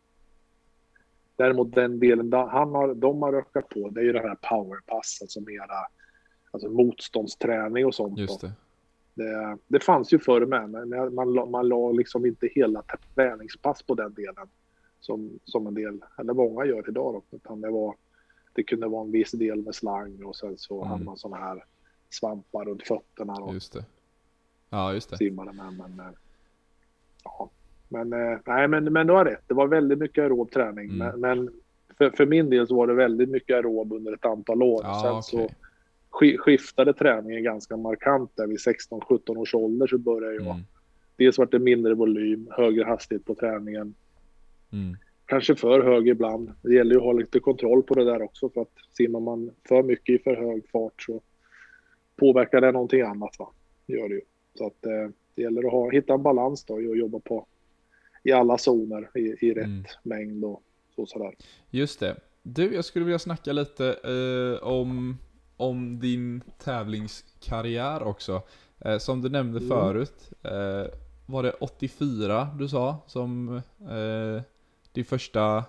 S2: däremot den delen där han har, de har ökat på, det är ju den här powerpassen som mera alltså motståndsträning och sånt
S1: Just
S2: då.
S1: det.
S2: Det, det fanns ju förr med, men man, la- man la liksom inte hela träningspass på den delen som, som en del, eller många gör idag då, utan det var det kunde vara en viss del med slang och sen så
S1: Mm.
S2: hade man såna här svampar runt fötterna och
S1: Just det. Ja, just det.
S2: simmade med. Men, eh, ja. men, eh, nej, men, men du har rätt. Det var väldigt mycket aerob träning.
S1: Mm.
S2: Men, men för, för min del så var det väldigt mycket aerob under ett antal år.
S1: Ja,
S2: Sen
S1: okej.
S2: så sk- skiftade träningen ganska markant där vid sexton sjutton års ålder, så började jag.
S1: Mm.
S2: Dels var det mindre volym, högre hastighet på träningen.
S1: Mm.
S2: Kanske för hög ibland. Det gäller ju att ha lite kontroll på det där också, för att simmar man för mycket i för hög fart så påverkar det någonting annat, va? Det gör det ju. Så att eh, det gäller att ha, hitta en balans då och jobba på i alla zoner i, i rätt
S1: Mm.
S2: mängd och så sådär.
S1: Just det. Du, jag skulle vilja snacka lite eh, om, om din tävlingskarriär också. Eh, som du nämnde
S2: Mm.
S1: förut, eh, var det åttiofyra du sa som eh, din första...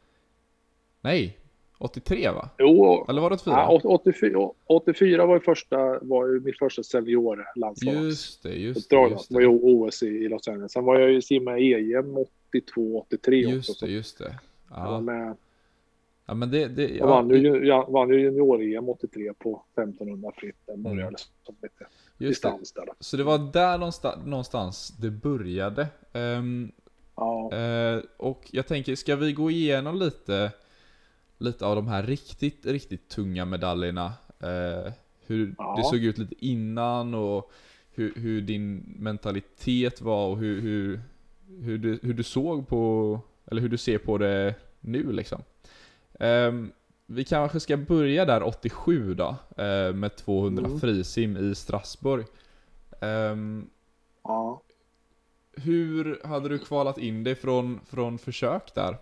S1: Nej, åttiotre va?
S2: Jo,
S1: Eller var det åttiofyra?
S2: ja, åttiofyra, åttiofyra var ju första, var ju mitt första seniorlandslags.
S1: Just det, just
S2: uppdrag
S1: det,
S2: då.
S1: just
S2: Det var ju
S1: det.
S2: O S i, i Los Angeles. Sen var jag ju simma i E M åttiotvå åttiotre också.
S1: Just
S2: Så
S1: det, just det.
S2: jag var
S1: Ja,
S2: med.
S1: ja men det... det
S2: Jag
S1: ja,
S2: vann ju, jag vann ju junior-E M åttiotre på femtonhundra fritt. Den började
S1: Mm.
S2: som lite
S1: just det.
S2: distans där då.
S1: Så det var där någonstans, någonstans det började. Ehm,
S2: Ja.
S1: Eh, och jag tänker, ska vi gå igenom lite lite av de här riktigt, riktigt tunga medaljerna? Eh, hur
S2: Ja.
S1: det såg ut lite innan och hur, hur din mentalitet var och hur, hur, hur, du, hur du såg på, eller hur du ser på det nu liksom. Eh, vi kanske ska börja där åttiosju då, eh, med tvåhundra
S2: Mm.
S1: frisim i Strasbourg. Eh,
S2: Ja.
S1: Hur hade du kvalat in dig från, från försök där?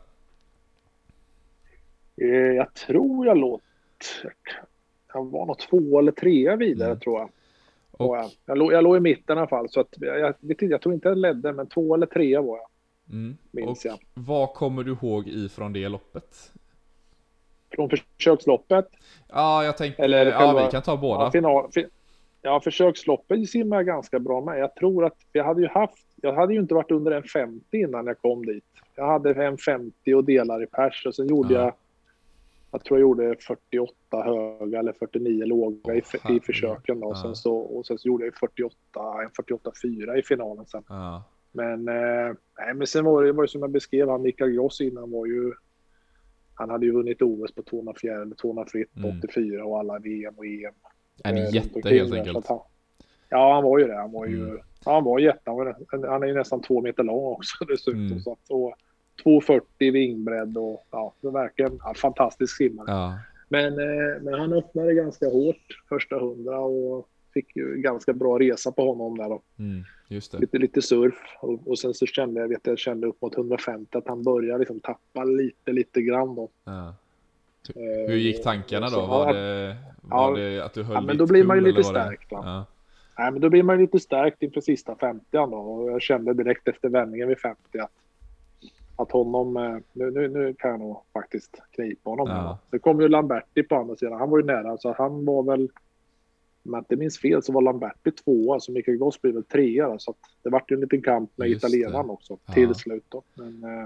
S2: Eh, Jag tror jag låt... Jag var nog två eller tre vidare,
S1: Mm.
S2: tror jag.
S1: Och,
S2: Och jag, jag, låg, jag låg i mitten i alla fall. Så att, jag, jag, vet inte, jag tror inte jag ledde, men två eller tre var jag.
S1: mm,
S2: minns
S1: och
S2: jag.
S1: vad kommer du ihåg ifrån det loppet?
S2: Från försöksloppet?
S1: Ja, jag tänkte,
S2: Eller
S1: ja
S2: själva,
S1: vi kan ta båda.
S2: Ja, final, fi, ja, försöksloppet simmar jag ganska bra med. Jag tror att jag hade ju haft, jag hade ju inte varit under en femtio innan jag kom dit. Jag hade en femtio och delar i pers och sen gjorde
S1: Ja.
S2: jag, jag tror jag gjorde fyrtioåtta höga eller fyrtionio låga
S1: Åh,
S2: i, i
S1: herregud.
S2: försöken då.
S1: Ja.
S2: Sen så, och sen så gjorde jag fyrtioåtta, en fyrtioåtta fyra i finalen sen.
S1: Ja.
S2: Men, eh, nej, men sen var det, var det som jag beskrev, han Mikael Gross innan var ju, han hade ju vunnit O S på tvåhundra fjäril, tvåhundra fritt,
S1: Mm.
S2: åttiofyra och alla V M och E M.
S1: En
S2: eh,
S1: jätte
S2: runt omkring
S1: helt
S2: där,
S1: enkelt.
S2: så att han, ja, han var ju det. Han var ju,
S1: Mm.
S2: ja, han var jätte, han, var, han är ju nästan två meter lång också dessutom.
S1: Mm.
S2: Så att, och tvåhundrafyrtio vingbredd och ja, det verkar en ja, fantastisk simmare.
S1: Ja.
S2: Men, eh, men han öppnade ganska hårt första hundra och fick ju ganska bra resa på honom där då.
S1: Mm. Just det.
S2: Lite, lite surf och, och sen så kände jag, vet jag kände upp mot hundrafemtio att han började liksom tappa lite, lite grann då.
S1: Ja.
S2: Eh,
S1: Hur gick tankarna då?
S2: så,
S1: Var
S2: ja,
S1: det, var
S2: ja,
S1: det att du höll
S2: ja, men
S1: ditt
S2: då blir man ju
S1: kul,
S2: lite
S1: eller var det-
S2: stärkt, va?
S1: Ja.
S2: Nej, men då blir man ju lite stärkt inför sista femtio då och jag kände direkt efter vändningen vid femtio att, att honom, eh, nu, nu, nu kan jag nog faktiskt knipa honom.
S1: Ja.
S2: Här, va? Så kom ju Lamberti på andra sidan, han var ju nära så han var väl, om jag inte minns fel så var Lamberti tvåa så Mikael Gross blev väl trea då, så att det var ju en liten kamp med
S1: Just
S2: italienaren
S1: det.
S2: också
S1: Ja.
S2: till slut då. Men, eh,
S1: Mm.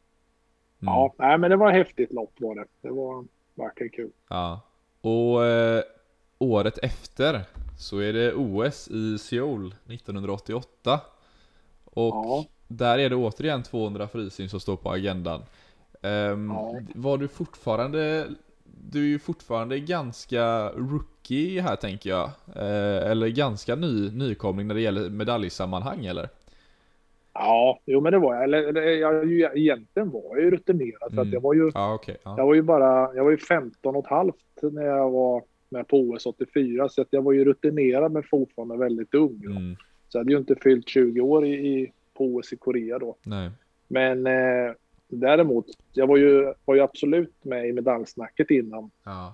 S2: ja, nej, men det var ett häftigt lopp var det. Det var verkligen kul.
S1: Ja. Och eh, året efter så är det O S i Seoul nittonhundraåttioåtta. Och
S2: Ja.
S1: där är det återigen tvåhundra frisim som står på agendan. Ehm,
S2: Ja.
S1: Var du fortfarande, du är ju fortfarande ganska rookie här tänker jag. Eh, eller ganska ny, nykomling när det gäller medaljsammanhang eller?
S2: Ja, jo men det var jag. Eller, eller jag, ju- egentligen var jag ju rutinerad för
S1: Mm.
S2: att jag var ju,
S1: Ja okej.
S2: jag
S1: Ja.
S2: var ju bara, jag var ju femton och ett halvt när jag var med på O S åttiofyra så att jag var ju rutinerad men fortfarande väldigt ung. då.
S1: Mm.
S2: Så jag hade ju inte fyllt tjugo år i, i, på O S i Korea då.
S1: Nej.
S2: Men eh, däremot, jag var ju, var ju absolut med i medaljsnacket innan.
S1: Ja.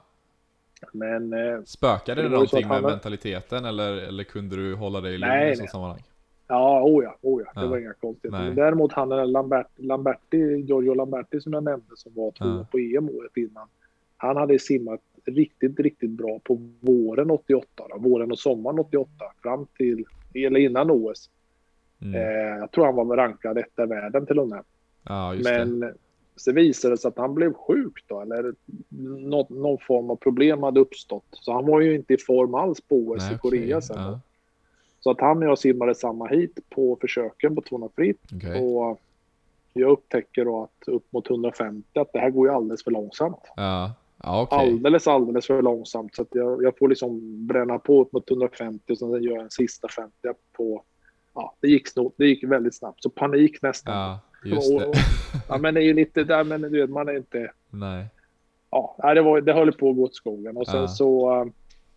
S2: Men eh,
S1: Spökade det,
S2: Det var ju så
S1: någonting
S2: att
S1: med
S2: han var-
S1: mentaliteten eller, eller kunde du hålla dig i lugn
S2: Nej,
S1: i
S2: nej.
S1: sådant sammanhang?
S2: ja, oh ja, oh ja, det
S1: Ja.
S2: var inga konstigheter.
S1: Nej.
S2: Men däremot han den där Lambert, Lamberti, Giorgio Lamberti som jag nämnde som var två
S1: Ja.
S2: på E M året innan. Han hade simmat riktigt, riktigt bra på våren åttioåtta. Då, våren och sommaren åttioåtta fram till, eller innan O S.
S1: Mm.
S2: Eh, jag tror han var rankad etta i världen till och med.
S1: Ja, just det.
S2: Men så visade det sig att han blev sjuk då, eller något, någon form av problem hade uppstått. Så han var ju inte i form alls på O S
S1: Nej,
S2: i Korea
S1: okej.
S2: sen.
S1: Ja.
S2: Då. Så att han och jag simmade samma hit på försöken på tvåhundra fritt.
S1: Okej.
S2: Och jag upptäcker då att upp mot hundrafemtio att det här går ju alldeles för långsamt.
S1: Ja, ja okej.
S2: Alldeles, alldeles för långsamt. Så att jag, jag får liksom bränna på upp mot hundrafemtio och sen gör jag en sista femtio på... Ja, det gick, snart, det gick väldigt snabbt. Så panik nästan.
S1: Ja, just
S2: Och-
S1: det.
S2: och- ja, men det är ju lite där, men du vet, man är inte...
S1: Nej.
S2: Ja, nej, det, var, det höll på att gå åt skogen. Och sen
S1: Ja.
S2: så äh,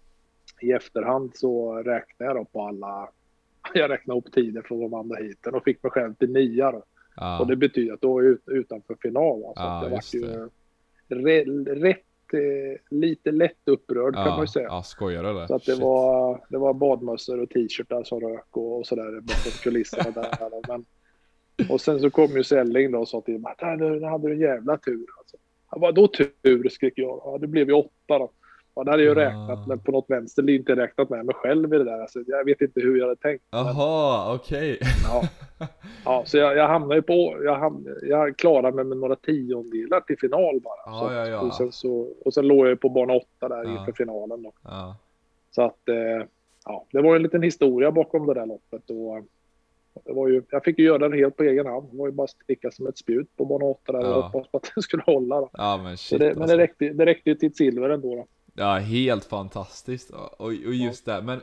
S2: i efterhand så räknade jag då på alla... Jag räknade upp tider från de andra hiten och fick mig själv till nia då.
S1: Ja.
S2: Och det betyder att då är jag ut, utanför final. Va? Så
S1: Ja,
S2: att jag
S1: just
S2: var ju re, rätt, eh, lite lätt upprörd kan man ju säga.
S1: Ja, skojar du eller?
S2: Så att det
S1: Shit.
S2: var, det var badmössor och t-shirtar som rök och, och sådär bakom kulisserna där. Då. Men, och sen så kom ju Selling då och sa till mig att nu hade du en jävla tur. Alltså. Ja, vadå tur, skrek jag. Ja, det blev ju åtta då. Ja, det hade jag
S1: Ah.
S2: räknat, men på något vänster inte räknat med mig själv i det där. Alltså, jag vet inte hur jag hade tänkt. Men,
S1: Jaha, okej.
S2: ja. Ja, så jag, jag hamnade ju på, jag, hamnade, jag klarade mig med några tiondelar till final bara.
S1: Ja,
S2: så,
S1: ja, ja.
S2: Och, sen så, och sen låg jag ju på bana åtta där
S1: Ja.
S2: inför finalen då.
S1: Ja.
S2: Så att, eh, ja, det var ju en liten historia bakom det där loppet. Och, det var ju, jag fick ju göra det helt på egen hand. Det var ju bara sticka som ett spjut på bana åtta där och
S1: Ja.
S2: hoppas på att den skulle hålla. Då.
S1: Ja, men
S2: Så
S1: shit
S2: det, men
S1: alltså.
S2: det räckte, det räckte ju till ett silver ändå. Då.
S1: Ja, helt fantastiskt. Och, och just det, men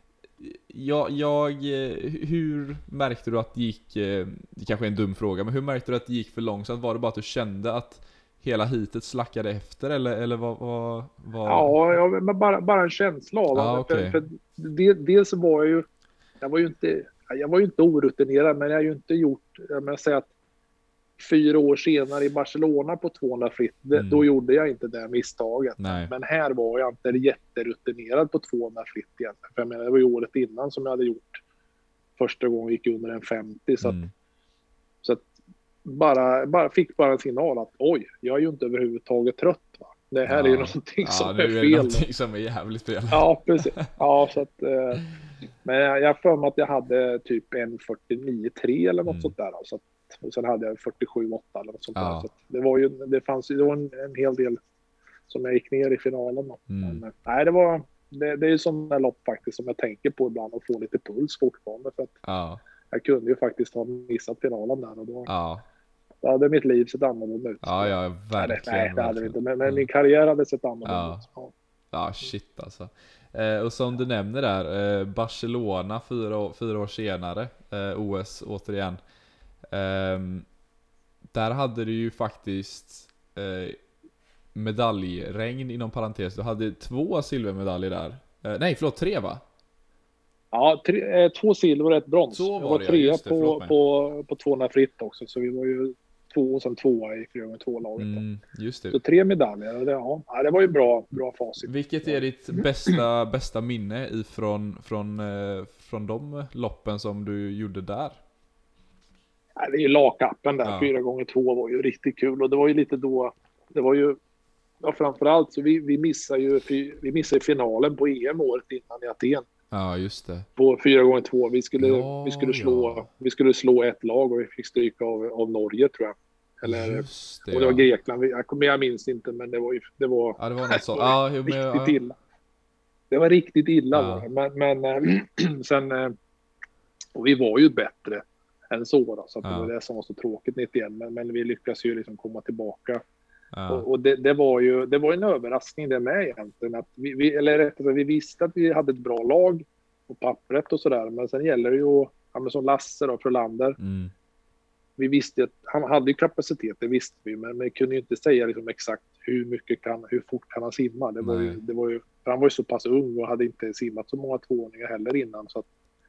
S1: jag, jag, eh, hur märkte du att det gick, eh, det kanske är en dum fråga, men hur märkte du att det gick för långsamt? Var det bara att du kände att hela hitet slackade efter, eller, eller vad, vad, vad?
S2: Ja, ja men bara, bara en känsla av
S1: Ja,
S2: det.
S1: okej.
S2: För, för det, dels så var jag ju, jag var ju inte, jag var ju inte orutinerad, men jag har ju inte gjort, jag menar säga att fyra år senare i Barcelona på tvåhundra fritt, det,
S1: Mm.
S2: då gjorde jag inte det misstaget.
S1: Nej.
S2: Men här var jag inte jätterutinerad på tvåhundra fritt egentligen. För jag menar, det var ju året innan som jag hade gjort första gången gick under en femtio. Så att,
S1: Mm.
S2: så att bara, bara fick bara en signal att oj, jag är ju inte överhuvudtaget trött. Va? Det här
S1: ja.
S2: är ju någonting
S1: ja,
S2: som
S1: nu
S2: är
S1: är
S2: fel.
S1: det någonting som är jävligt fel.
S2: Ja, precis. Ja, så att, eh, men jag har för mig att jag hade typ en fyrtionio komma tre eller något
S1: Mm.
S2: sånt där. Så att, och sen hade jag fyrtiosju komma åtta eller något sånt
S1: Ja.
S2: där. Så att det var ju, det fanns ju det var en, en hel del som jag gick ner i finalen. Då.
S1: Mm.
S2: Men, nej, det var, det, det är ju sådana lopp faktiskt som jag tänker på ibland och får lite puls fortfarande. För att
S1: Ja.
S2: jag kunde ju faktiskt ha missat finalen där och då,
S1: Ja.
S2: då hade mitt liv sett annorlunda ut.
S1: Ja, ja, verkligen.
S2: Nej, nej det hade det inte. Men, men
S1: ja.
S2: min karriär hade sett annorlunda
S1: Ja.
S2: ut. Ja.
S1: Ja, shit alltså. Eh, och som du nämner där, eh, Barcelona fyra år, fyra år senare, eh, O S återigen. Eh, där hade du ju faktiskt eh, medaljregn inom parentes. Du hade två silvermedaljer där. Eh, nej, förlåt, tre va?
S2: Ja, tre, eh, två silver och ett brons.
S1: Så var
S2: jag var
S1: det,
S2: trea
S1: ja, just det,
S2: på, på, på tvåhundra fritt också, så vi var ju två och sen tvåa i fyra gånger två-laget.
S1: Mm, just det.
S2: Så tre medaljer, och det, ja, det var ju bra, bra facit.
S1: Vilket är ditt bästa, bästa minne ifrån, från, eh, från de loppen som du gjorde där?
S2: Ja, det är ju lakappen där,
S1: Ja.
S2: fyra gånger två var ju riktigt kul, och det var ju lite då, det var ju, ja, framförallt så vi, vi missade ju vi missade finalen på E M året innan i Aten.
S1: Ja, just det.
S2: På fyra gånger två. Vi skulle,
S1: Ja,
S2: vi skulle slå
S1: ja.
S2: vi skulle slå ett lag och vi fick stryka av, av Norge, tror jag. Eller,
S1: Just det,
S2: och det var
S1: ja.
S2: Grekland. Jag, kommer, jag minns inte, men det var ju, det var,
S1: Ja, det var något sånt. Ja, jo, men,
S2: riktigt
S1: ja.
S2: illa. Det var riktigt illa.
S1: Ja.
S2: Var det. Men, men äh, sen, äh, och vi var ju bättre än så då, så att
S1: Ja.
S2: det var det som var så tråkigt nittioett. Men, men vi lyckas ju liksom komma tillbaka.
S1: Ja.
S2: Och, och det, det var ju det var en överraskning det med egentligen. Att vi, vi, eller rättare sagt, vi visste att vi hade ett bra lag på pappret och sådär. Men sen gäller det ju, ja, men som Lasse och Frölander.
S1: Mm.
S2: Vi visste att han hade ju kapacitet, det visste vi. Men vi kunde ju inte säga liksom exakt hur mycket kan, hur fort kan han simma. Det var ju, det var ju, för han var ju så pass ung och hade inte simmat så många tvååringar heller innan. Så att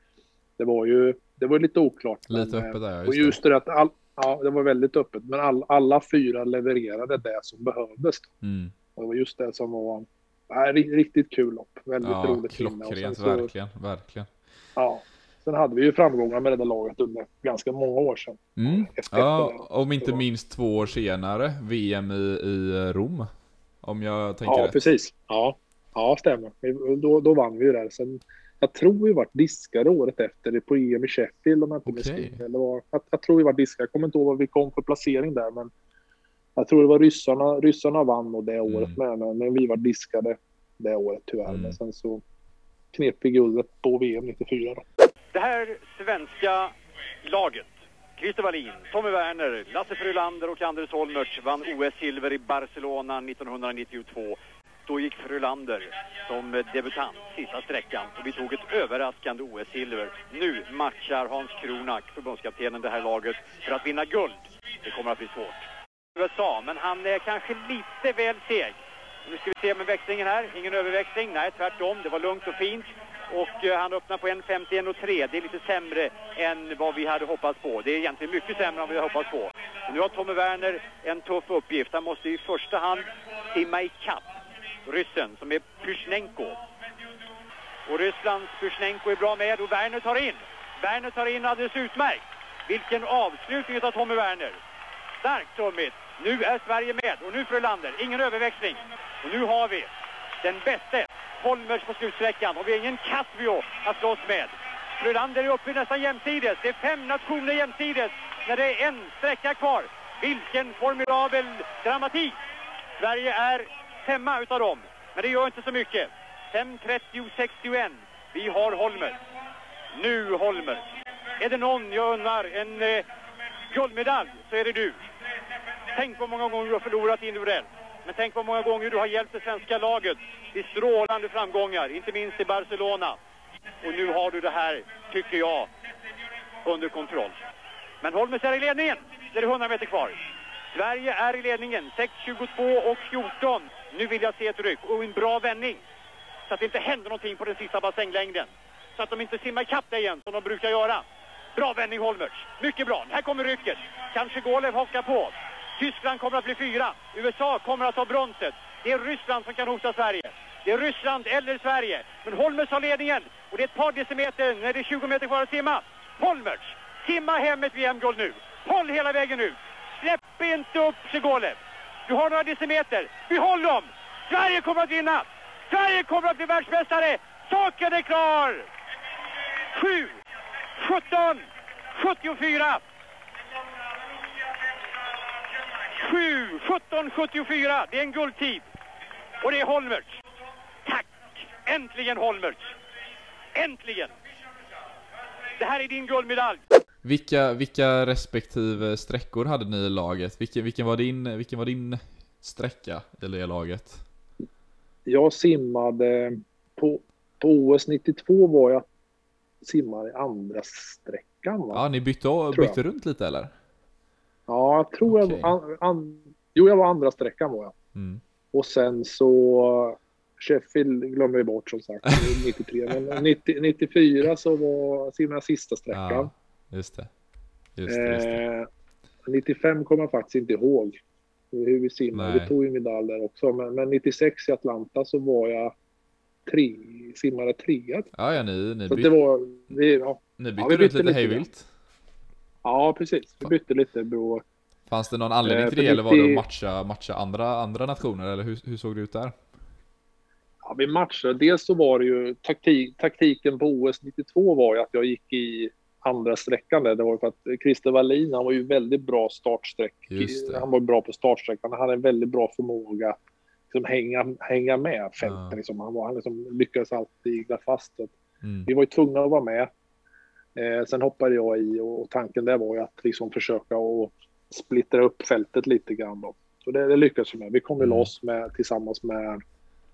S2: det var ju det var lite oklart.
S1: Lite
S2: men,
S1: öppet där, just
S2: och just det att all, ja, det var väldigt öppet. Men all, alla fyra levererade det som behövdes.
S1: Mm.
S2: Och det var just det som var ja, riktigt kul lopp. Väldigt
S1: Ja,
S2: roligt.
S1: klockrent,
S2: så,
S1: verkligen, verkligen.
S2: Ja. Sen hade vi ju framgångar med det där laget under ganska många år sedan.
S1: Mm.
S2: Efter,
S1: Ja,
S2: efter,
S1: om inte
S2: var...
S1: minst två år senare, V M i, i Rom. Om jag tänker
S2: Ja,
S1: rätt.
S2: precis. Ja, ja stämmer. Då, då vann vi ju där. Sen, jag tror vi var diskade året efter på E M i Sheffield. Om jag, inte
S1: Okej.
S2: Eller var, jag, jag tror vi var diskade. Jag kommer inte ihåg vad vi kom för placering där. Men jag tror det var ryssarna. Ryssarna vann och det året
S1: Mm.
S2: med. Men, men vi var diskade det året tyvärr.
S1: Mm.
S2: Men sen så knep vi guldet på V M nittiofyra då.
S3: Det här svenska laget, Christer Wallin, Tommy Werner, Lasse Frölander och Anders Holmertz vann O S-silver i Barcelona nittonhundranittiotvå. Då gick Frölander som debutant sista sträckan och vi tog ett överraskande O S-silver. Nu matchar Hans Kronak, förbundskaptenen, det här laget för att vinna guld. Det kommer att bli svårt. U S A, men han är kanske lite väl seg. Nu ska vi se med växlingen här. Ingen överväxling. Nej, tvärtom. Det var lugnt och fint. Och uh, han öppnar på en femtioen och tre. Det är lite sämre än vad vi hade hoppats på. Det är egentligen mycket sämre än vad vi hade hoppats på. Och nu har Tommy Werner en tuff uppgift. Han måste i första hand simma i kapp ryssen som är Pyshnenko. Och Rysslands Pyshnenko är bra med och Werner tar in. Werner tar in alldeles utmärkt. Vilken avslutning av Tommy Werner. Starkt tummigt. Nu är Sverige med och nu Frölander. Ingen överväxling. Och nu har vi den bästa Holmertz på slutsträckan och vi har ingen Casvio att slåss med. Frölander är uppe nästan jämsides. Det är fem nationer jämsides när det är en sträcka kvar. Vilken formidabel dramatik. Sverige är femma utav dem. Men det gör inte så mycket. fem trettio sextioen. Vi har Holmertz. Nu Holmertz. Är det någon jag undrar en eh, guldmedalj så är det du. Tänk på många gånger du har förlorat individuellt. Men tänk på många gånger du har hjälpt det svenska laget till strålande framgångar. Inte minst i Barcelona. Och nu har du det här, tycker jag, under kontroll. Men Holmertz är i ledningen. Det är hundra meter kvar. Sverige är i ledningen. sex tjugotvå och fjorton. Nu vill jag se ett ryck och en bra vändning. Så att det inte händer någonting på den sista bassänglängden. Så att de inte simmar ikapp det igen som de brukar göra. Bra vändning Holmertz. Mycket bra. Här kommer rycket. Kanske Golev hakar på. Tyskland kommer att bli fyra. U S A kommer att ta bronset. Det är Ryssland som kan hota Sverige. Det är Ryssland eller Sverige. Men Holmertz har ledningen. Och det är ett par decimeter när det är tjugo meter kvar att simma. Holmertz, simma hem ett V M-guld nu. Håll hela vägen ut. Släpp inte upp Golev. Du har några decimeter. Behåll dem! Sverige kommer att vinna! Sverige kommer att bli världsmästare! Saken är klar! sju, sjutton, sjuttiofyra. sju, sjutton, sjuttiofyra. Det är en guldtid. Och det är Holmertz. Tack! Äntligen Holmertz! Äntligen! Det här är din guldmedalj.
S1: Vilka, vilka respektive sträckor hade ni i laget? Vilken, vilken, var, din, vilken var din sträcka i det laget?
S2: Jag simmade på, på O S nittiotvå var jag simmade i andra sträckan, va?
S1: Ja, ni bytte, bytte runt lite eller?
S2: Ja, jag tror
S1: okay.
S2: jag an, an, Jo, jag var andra sträckan var jag.
S1: Mm.
S2: Och sen så Sheffield glömmer vi bort som sagt nittiotre, men nittio, nittiofyra så var simmade sista sträckan.
S1: Ja, just det. Just det, just det.
S2: Eh, nittiofem kommer jag faktiskt inte ihåg hur vi simmade. Vi tog ju medalj där också, men, men nittiosex i Atlanta så var jag tre, simmade trea.
S1: Ja, ja, ni, ni,
S2: så
S1: byt,
S2: det var, vi, ja.
S1: ni bytte
S2: ja, vi
S1: runt
S2: bytte
S1: lite hejvilt.
S2: Ja, precis. Vi bytte lite bro.
S1: Fanns det någon anledning till det,
S2: eh,
S1: eller var det att matcha, matcha andra, andra nationer, eller hur, hur såg det ut där?
S2: Ja, vi matchade. Dels så var det ju taktik, taktiken på O S nittiotvå var ju att jag gick i andra sträckan där. Det var ju för att Christer Wallin, han var ju väldigt bra startsträck. Han var bra på startsträckan. Han hade en väldigt bra förmåga att liksom hänga, hänga med fälten. Ja. Liksom. Han, var, han liksom lyckades alltid igla fast. Mm. Vi var ju tvungna att vara med. Eh, sen hoppade jag i och, och tanken där var ju att liksom försöka att splittra upp fältet lite grann då. Så det, det lyckades vi med. Vi kom ju mm. loss med, tillsammans med,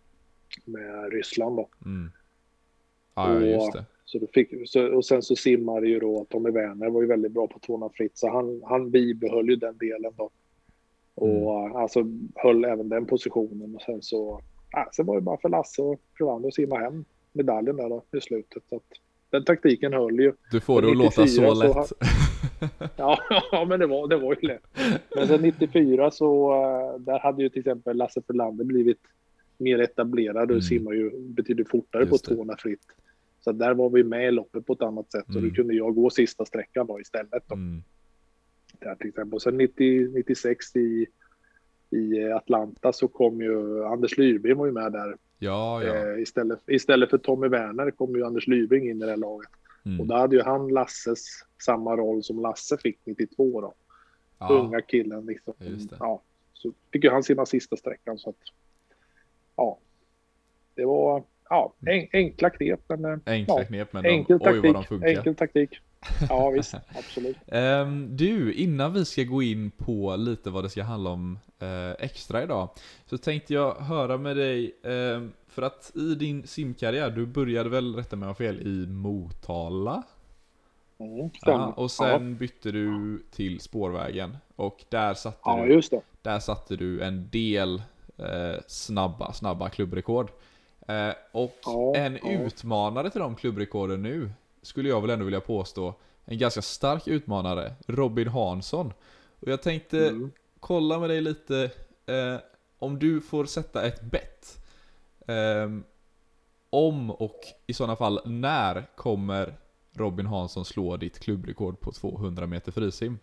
S2: med Ryssland då.
S1: Mm. Ja, och, just det.
S2: Så du fick, så, och sen så simmade ju då Tommy Werner var ju väldigt bra på tvåhundra fritt, så han, han bibehöll ju den delen då. Och mm. alltså höll även den positionen, och sen så ja, sen var det bara för Lasse och Frölander att simma hem medaljen där då i slutet. Så att den taktiken höll ju.
S1: Du får det att låta så lätt. Så,
S2: ja, ja, men det var, det var ju lätt. Men sen nittiofyra så där hade ju till exempel Lasse Frölander blivit mer etablerad och mm. simmar ju betydligt fortare Just på tvåhundra fritt. Så där var vi med i loppet på ett annat sätt. Så mm. då kunde jag gå sista sträckan då istället. Då. Mm. Där till exempel. Och sen nittio, nittiosex i, i Atlanta så kom ju Anders Lyrbring var ju med där.
S1: Ja, ja.
S2: Eh, istället, istället för Tommy Werner kom ju Anders Lyrbring in i det här laget. Mm. Och då hade ju han Lasses samma roll som Lasse fick nittiotvå då. Ja. Unga killen liksom. Ja, så fick ju han simma sista sträckan. Så att, ja, det var... Ja, en, enkla knep, men,
S1: enkla
S2: ja,
S1: knep, men
S2: enkel,
S1: de,
S2: taktik,
S1: oj vad de funkar.
S2: enkel taktik. Ja, visst, absolut.
S1: um, du, innan vi ska gå in på lite vad det ska handla om uh, extra idag, så tänkte jag höra med dig, um, för att i din simkarriär, du började väl, rätta mig om jag fel, i Motala?
S2: Mm,
S1: ja, och sen ja. bytte du till Spårvägen, och där satte,
S2: ja,
S1: du,
S2: just det.
S1: Där satte du en del uh, snabba, snabba klubbrekord. Eh, och
S2: ja,
S1: en
S2: ja.
S1: utmanare till de klubbrekorden nu, skulle jag väl ändå vilja påstå, en ganska stark utmanare, Robin Hansson. Och jag tänkte mm. kolla med dig lite, eh, om du får sätta ett bett, eh, om och i sådana fall när kommer Robin Hansson slå ditt klubbrekord på tvåhundra meter frisim?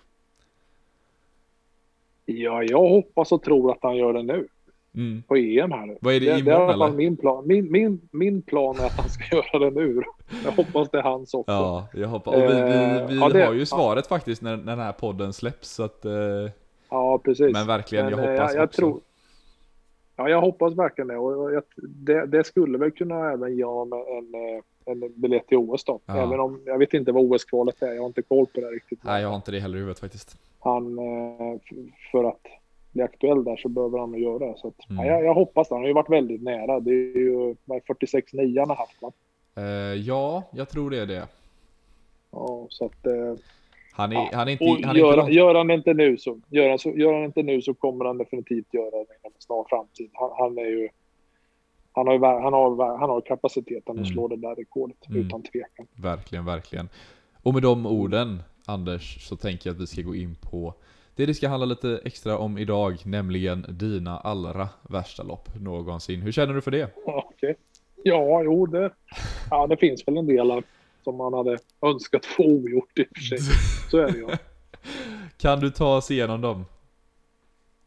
S2: Ja, jag hoppas och tror att han gör det nu.
S1: Mm.
S2: På E M här nu.
S1: Vad är det,
S2: det,
S1: imorgon,
S2: det är i alla fall
S1: eller?
S2: min plan. Min, min, min plan är att han ska göra det nu. Jag hoppas det är hans också.
S1: Ja, jag hoppas. Och vi, vi, vi
S2: ja, det,
S1: har ju svaret ja. faktiskt när, när den här podden släpps. Så att, eh,
S2: ja, precis.
S1: Men verkligen, jag
S2: men,
S1: hoppas
S2: jag, jag
S1: också.
S2: Tror, ja, jag hoppas verkligen det. Och jag, det. Det skulle väl kunna även ge honom en, en biljett till O S då. Ja. Även om jag vet inte vad O S-kvalet är. Jag har inte koll på det riktigt.
S1: Nej, jag har inte det heller i huvudet faktiskt.
S2: Han, för att bli aktuell där så behöver han göra det. Så att, mm. ja, jag, jag hoppas det. Han har ju varit väldigt nära. Det är ju fyrtiosex nio han har haft, va?
S1: Uh, ja, jag tror det är det.
S2: Ja, så att... Uh,
S1: han är,
S2: ja.
S1: han är inte...
S2: Och
S1: han
S2: gör,
S1: är inte
S2: gör han inte nu så... Gör han, så, gör han inte nu så kommer han definitivt göra det inom en snar framtid. Han, han är ju... Han har, han har, han har kapaciteten att slå mm. det där rekordet, mm. utan tvekan.
S1: Verkligen, verkligen. Och med de orden, Anders, så tänker jag att vi ska gå in på det det ska handla lite extra om idag, nämligen dina allra värsta lopp någonsin. Hur känner du för det?
S2: Ja, okay. Ja, jo, det, ja, det finns väl en del som man hade önskat få ogjort i och för sig. Så är det ju.
S1: Kan du ta oss igenom dem?
S2: Eh,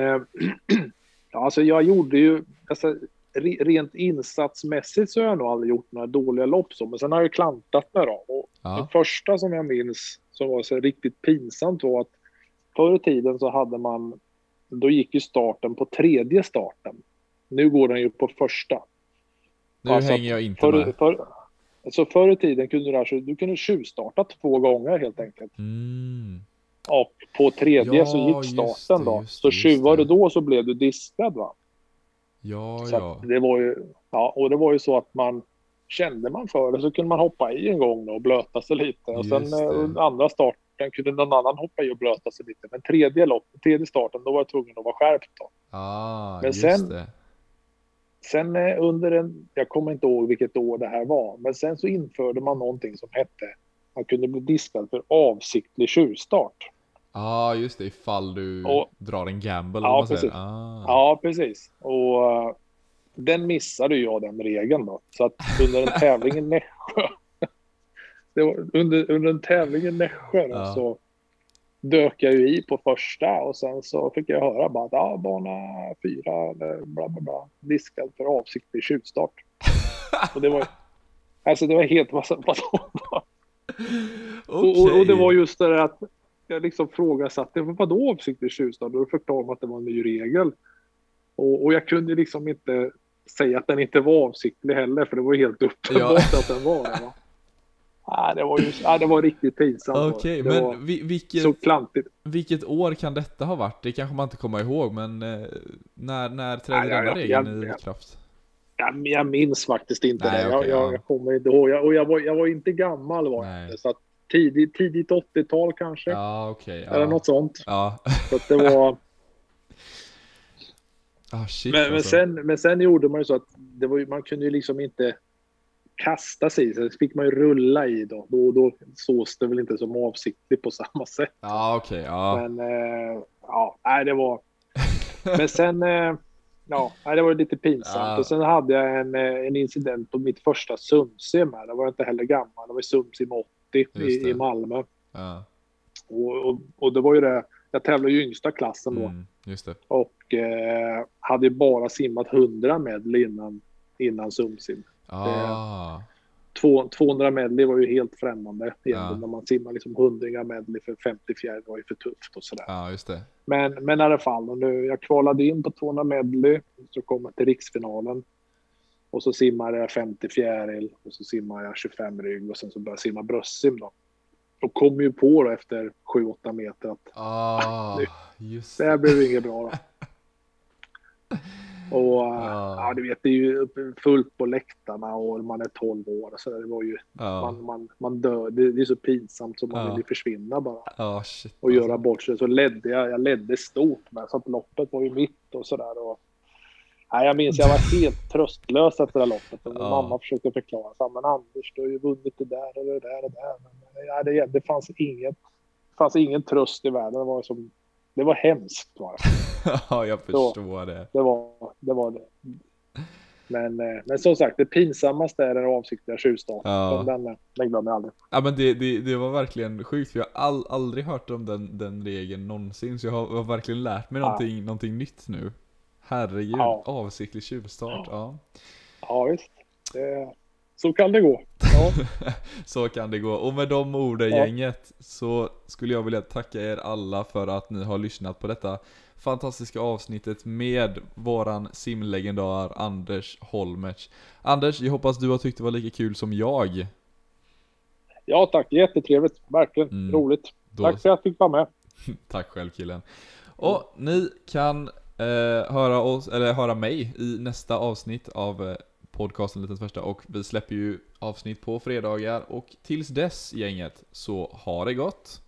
S2: eh, ja, alltså jag gjorde ju, alltså, rent insatsmässigt så har jag nog aldrig gjort några dåliga lopp så, men sen har jag klantat med dem. Och
S1: Ja.
S2: det första som jag minns som var så riktigt pinsamt var att förr i tiden så hade man, då gick ju starten på tredje starten. Nu går den ju på första.
S1: Nu
S2: alltså
S1: hänger jag inte
S2: för,
S1: med.
S2: För, alltså förr i tiden kunde du, alltså, du kunde tjuvstarta två gånger helt enkelt.
S1: Mm.
S2: Och på tredje
S1: Ja,
S2: så gick starten
S1: det,
S2: då.
S1: just
S2: Så
S1: det, just
S2: tjuvar du
S1: det.
S2: då så blev du diskad va?
S1: Ja,
S2: Så
S1: ja.
S2: att det var ju, ja, och det var ju så att man kände man för det så kunde man hoppa i en gång då och blöta sig lite. Och sen
S1: Just det.
S2: under andra starten kunde någon annan hoppa i och blöta sig lite. Men tredje lopp, tredje starten, då var jag tvungen att vara skärpt då.
S1: Ah,
S2: Men
S1: just
S2: sen-
S1: det.
S2: Sen eh, under en, jag kommer inte ihåg vilket år det här var, men sen så införde man någonting som hette, man kunde bli diskad för avsiktlig tjuvstart.
S1: Ja, ah, just det. Ifall du
S2: Och-
S1: drar en gamble.
S2: Ja,
S1: eller vad man säger.
S2: precis.
S1: Ah.
S2: Ja, precis. Och eh, den missade jag den regeln då. Så att under en tävling i Nässjö, det var, under, under en tävling i Nässjö då,
S1: Ja.
S2: så dök jag ju i på första och sen så fick jag höra bara att ja, bana fyra eller bla bla bla, diskad för avsiktlig tjuvstart. Och det var alltså det var helt vad vad och, och, och det var just det där att jag liksom frågasatte vadå avsiktlig tjuvstart, och då förklarade man att det var en ny regel. Och, och jag kunde liksom inte säga att den inte var avsiktlig heller, för det var ju helt uppenbart
S1: Ja.
S2: att den var det. Va? Ah, det var ju, ah, det var riktigt pinsamt.
S1: Okej,
S2: det var
S1: men vi, vilket,
S2: så klantigt.
S1: vilket år kan detta ha varit? Det kanske man inte kommer ihåg, men eh, när, när trädde
S2: Nej, jag-
S1: denna
S2: jag-
S1: regeln
S2: jag-
S1: i kraft?
S2: Jag, jag minns faktiskt inte
S1: Nej,
S2: det.
S1: okej,
S2: jag,
S1: ja.
S2: jag, jag kommer inte ihåg. Jag, och jag var, jag var inte gammal var jag
S1: Nej.
S2: inte. Så att tidigt, tidigt åttiotal kanske.
S1: Ja, okej. ja.
S2: Eller något sånt.
S1: Ja.
S2: Så att det var...
S1: Ah, shit,
S2: men, men,
S1: alltså.
S2: sen, men sen gjorde man ju så att det var ju, man kunde ju liksom inte kasta sig i. Så det fick man ju rulla i då. Då, då sås det väl inte som avsiktligt på samma sätt.
S1: Ja, okej. ja.
S2: Men eh, ja, nej det var... Men sen... Eh, ja, nej, det var lite pinsamt.
S1: Ja.
S2: Och sen hade jag en, eh, en incident på mitt första sumsim här. Det var jag inte heller gammal. Det var sumsim åttio
S1: Just
S2: i,
S1: det.
S2: i Malmö.
S1: ja.
S2: Och, och, och det var ju det... Jag tävlade ju i yngsta klassen då.
S1: Mm, just det.
S2: Och eh, hade ju bara simmat hundra medley innan, innan sumsim.
S1: Ah.
S2: Två, tvåhundra medley var ju helt främmande egentligen.
S1: Ja.
S2: När man simmar liksom hundra medley för femtio fjärde var ju för tufft och sådär.
S1: Ja, just det.
S2: Men, men i alla fall, och nu, jag kvalade in på tvåhundra medley, så kom jag till riksfinalen. Och så simmade jag femtio fjäril och så simmade jag tjugofem rygg och sen så började jag simma bröstsim då. Och kom ju på då efter sju åtta meter att
S1: Ah,
S2: Nu.
S1: just
S2: det här
S1: det.
S2: blev inget bra då. Och
S1: Ja.
S2: ja, du vet, det är ju fullt på läktarna och man är tolv år. Så det var ju,
S1: Ja,
S2: man, man, man dör. Det, det är så pinsamt så man
S1: Ja.
S2: vill ju försvinna bara.
S1: ah, shit.
S2: Och
S1: alltså.
S2: göra bort sig. Så ledde jag, jag ledde stort med, så att loppet var ju mitt och sådär. Och, nej, jag minns jag var helt tröstlös efter det här loppet. Och min
S1: Ja.
S2: mamma försökte förklara. Så, men Anders, du har ju vunnit det där och det där och det där. Men, ja, det, det fanns inget, det fanns ingen tröst i världen. Det var, som, det var hemskt. Var det.
S1: Ja, jag förstår det.
S2: Det var det. Var det. Men, eh, men som sagt, det pinsammaste är den avsiktliga tjuvstarten.
S1: Ja.
S2: Den, den, den glömmer jag aldrig.
S1: Ja, men det, det, det var verkligen sjukt, för jag har all, aldrig hört om den, den regeln någonsin. Så jag har, jag har verkligen lärt mig
S2: Ja.
S1: någonting, någonting nytt nu. Herregud,
S2: Ja.
S1: avsiktlig tjuvstart. Ja.
S2: Ja, visst. Det, så kan det gå. Ja.
S1: Så kan det gå. Och med de orden,
S2: Ja.
S1: gänget, så skulle jag vilja tacka er alla för att ni har lyssnat på detta fantastiska avsnittet med våran simlegendar Anders Holmertz. Anders, jag hoppas du har tyckt det var lika kul som jag.
S2: Ja, tack. Jättetrevligt. Verkligen
S1: Mm.
S2: roligt.
S1: Då,
S2: Tack för att jag fick vara med.
S1: tack själv, killen. Och ni kan eh, höra oss, eller höra mig i nästa avsnitt av eh, podcasten Liten Första, och vi släpper ju avsnitt på fredagar, och tills dess, gänget, så ha det gott.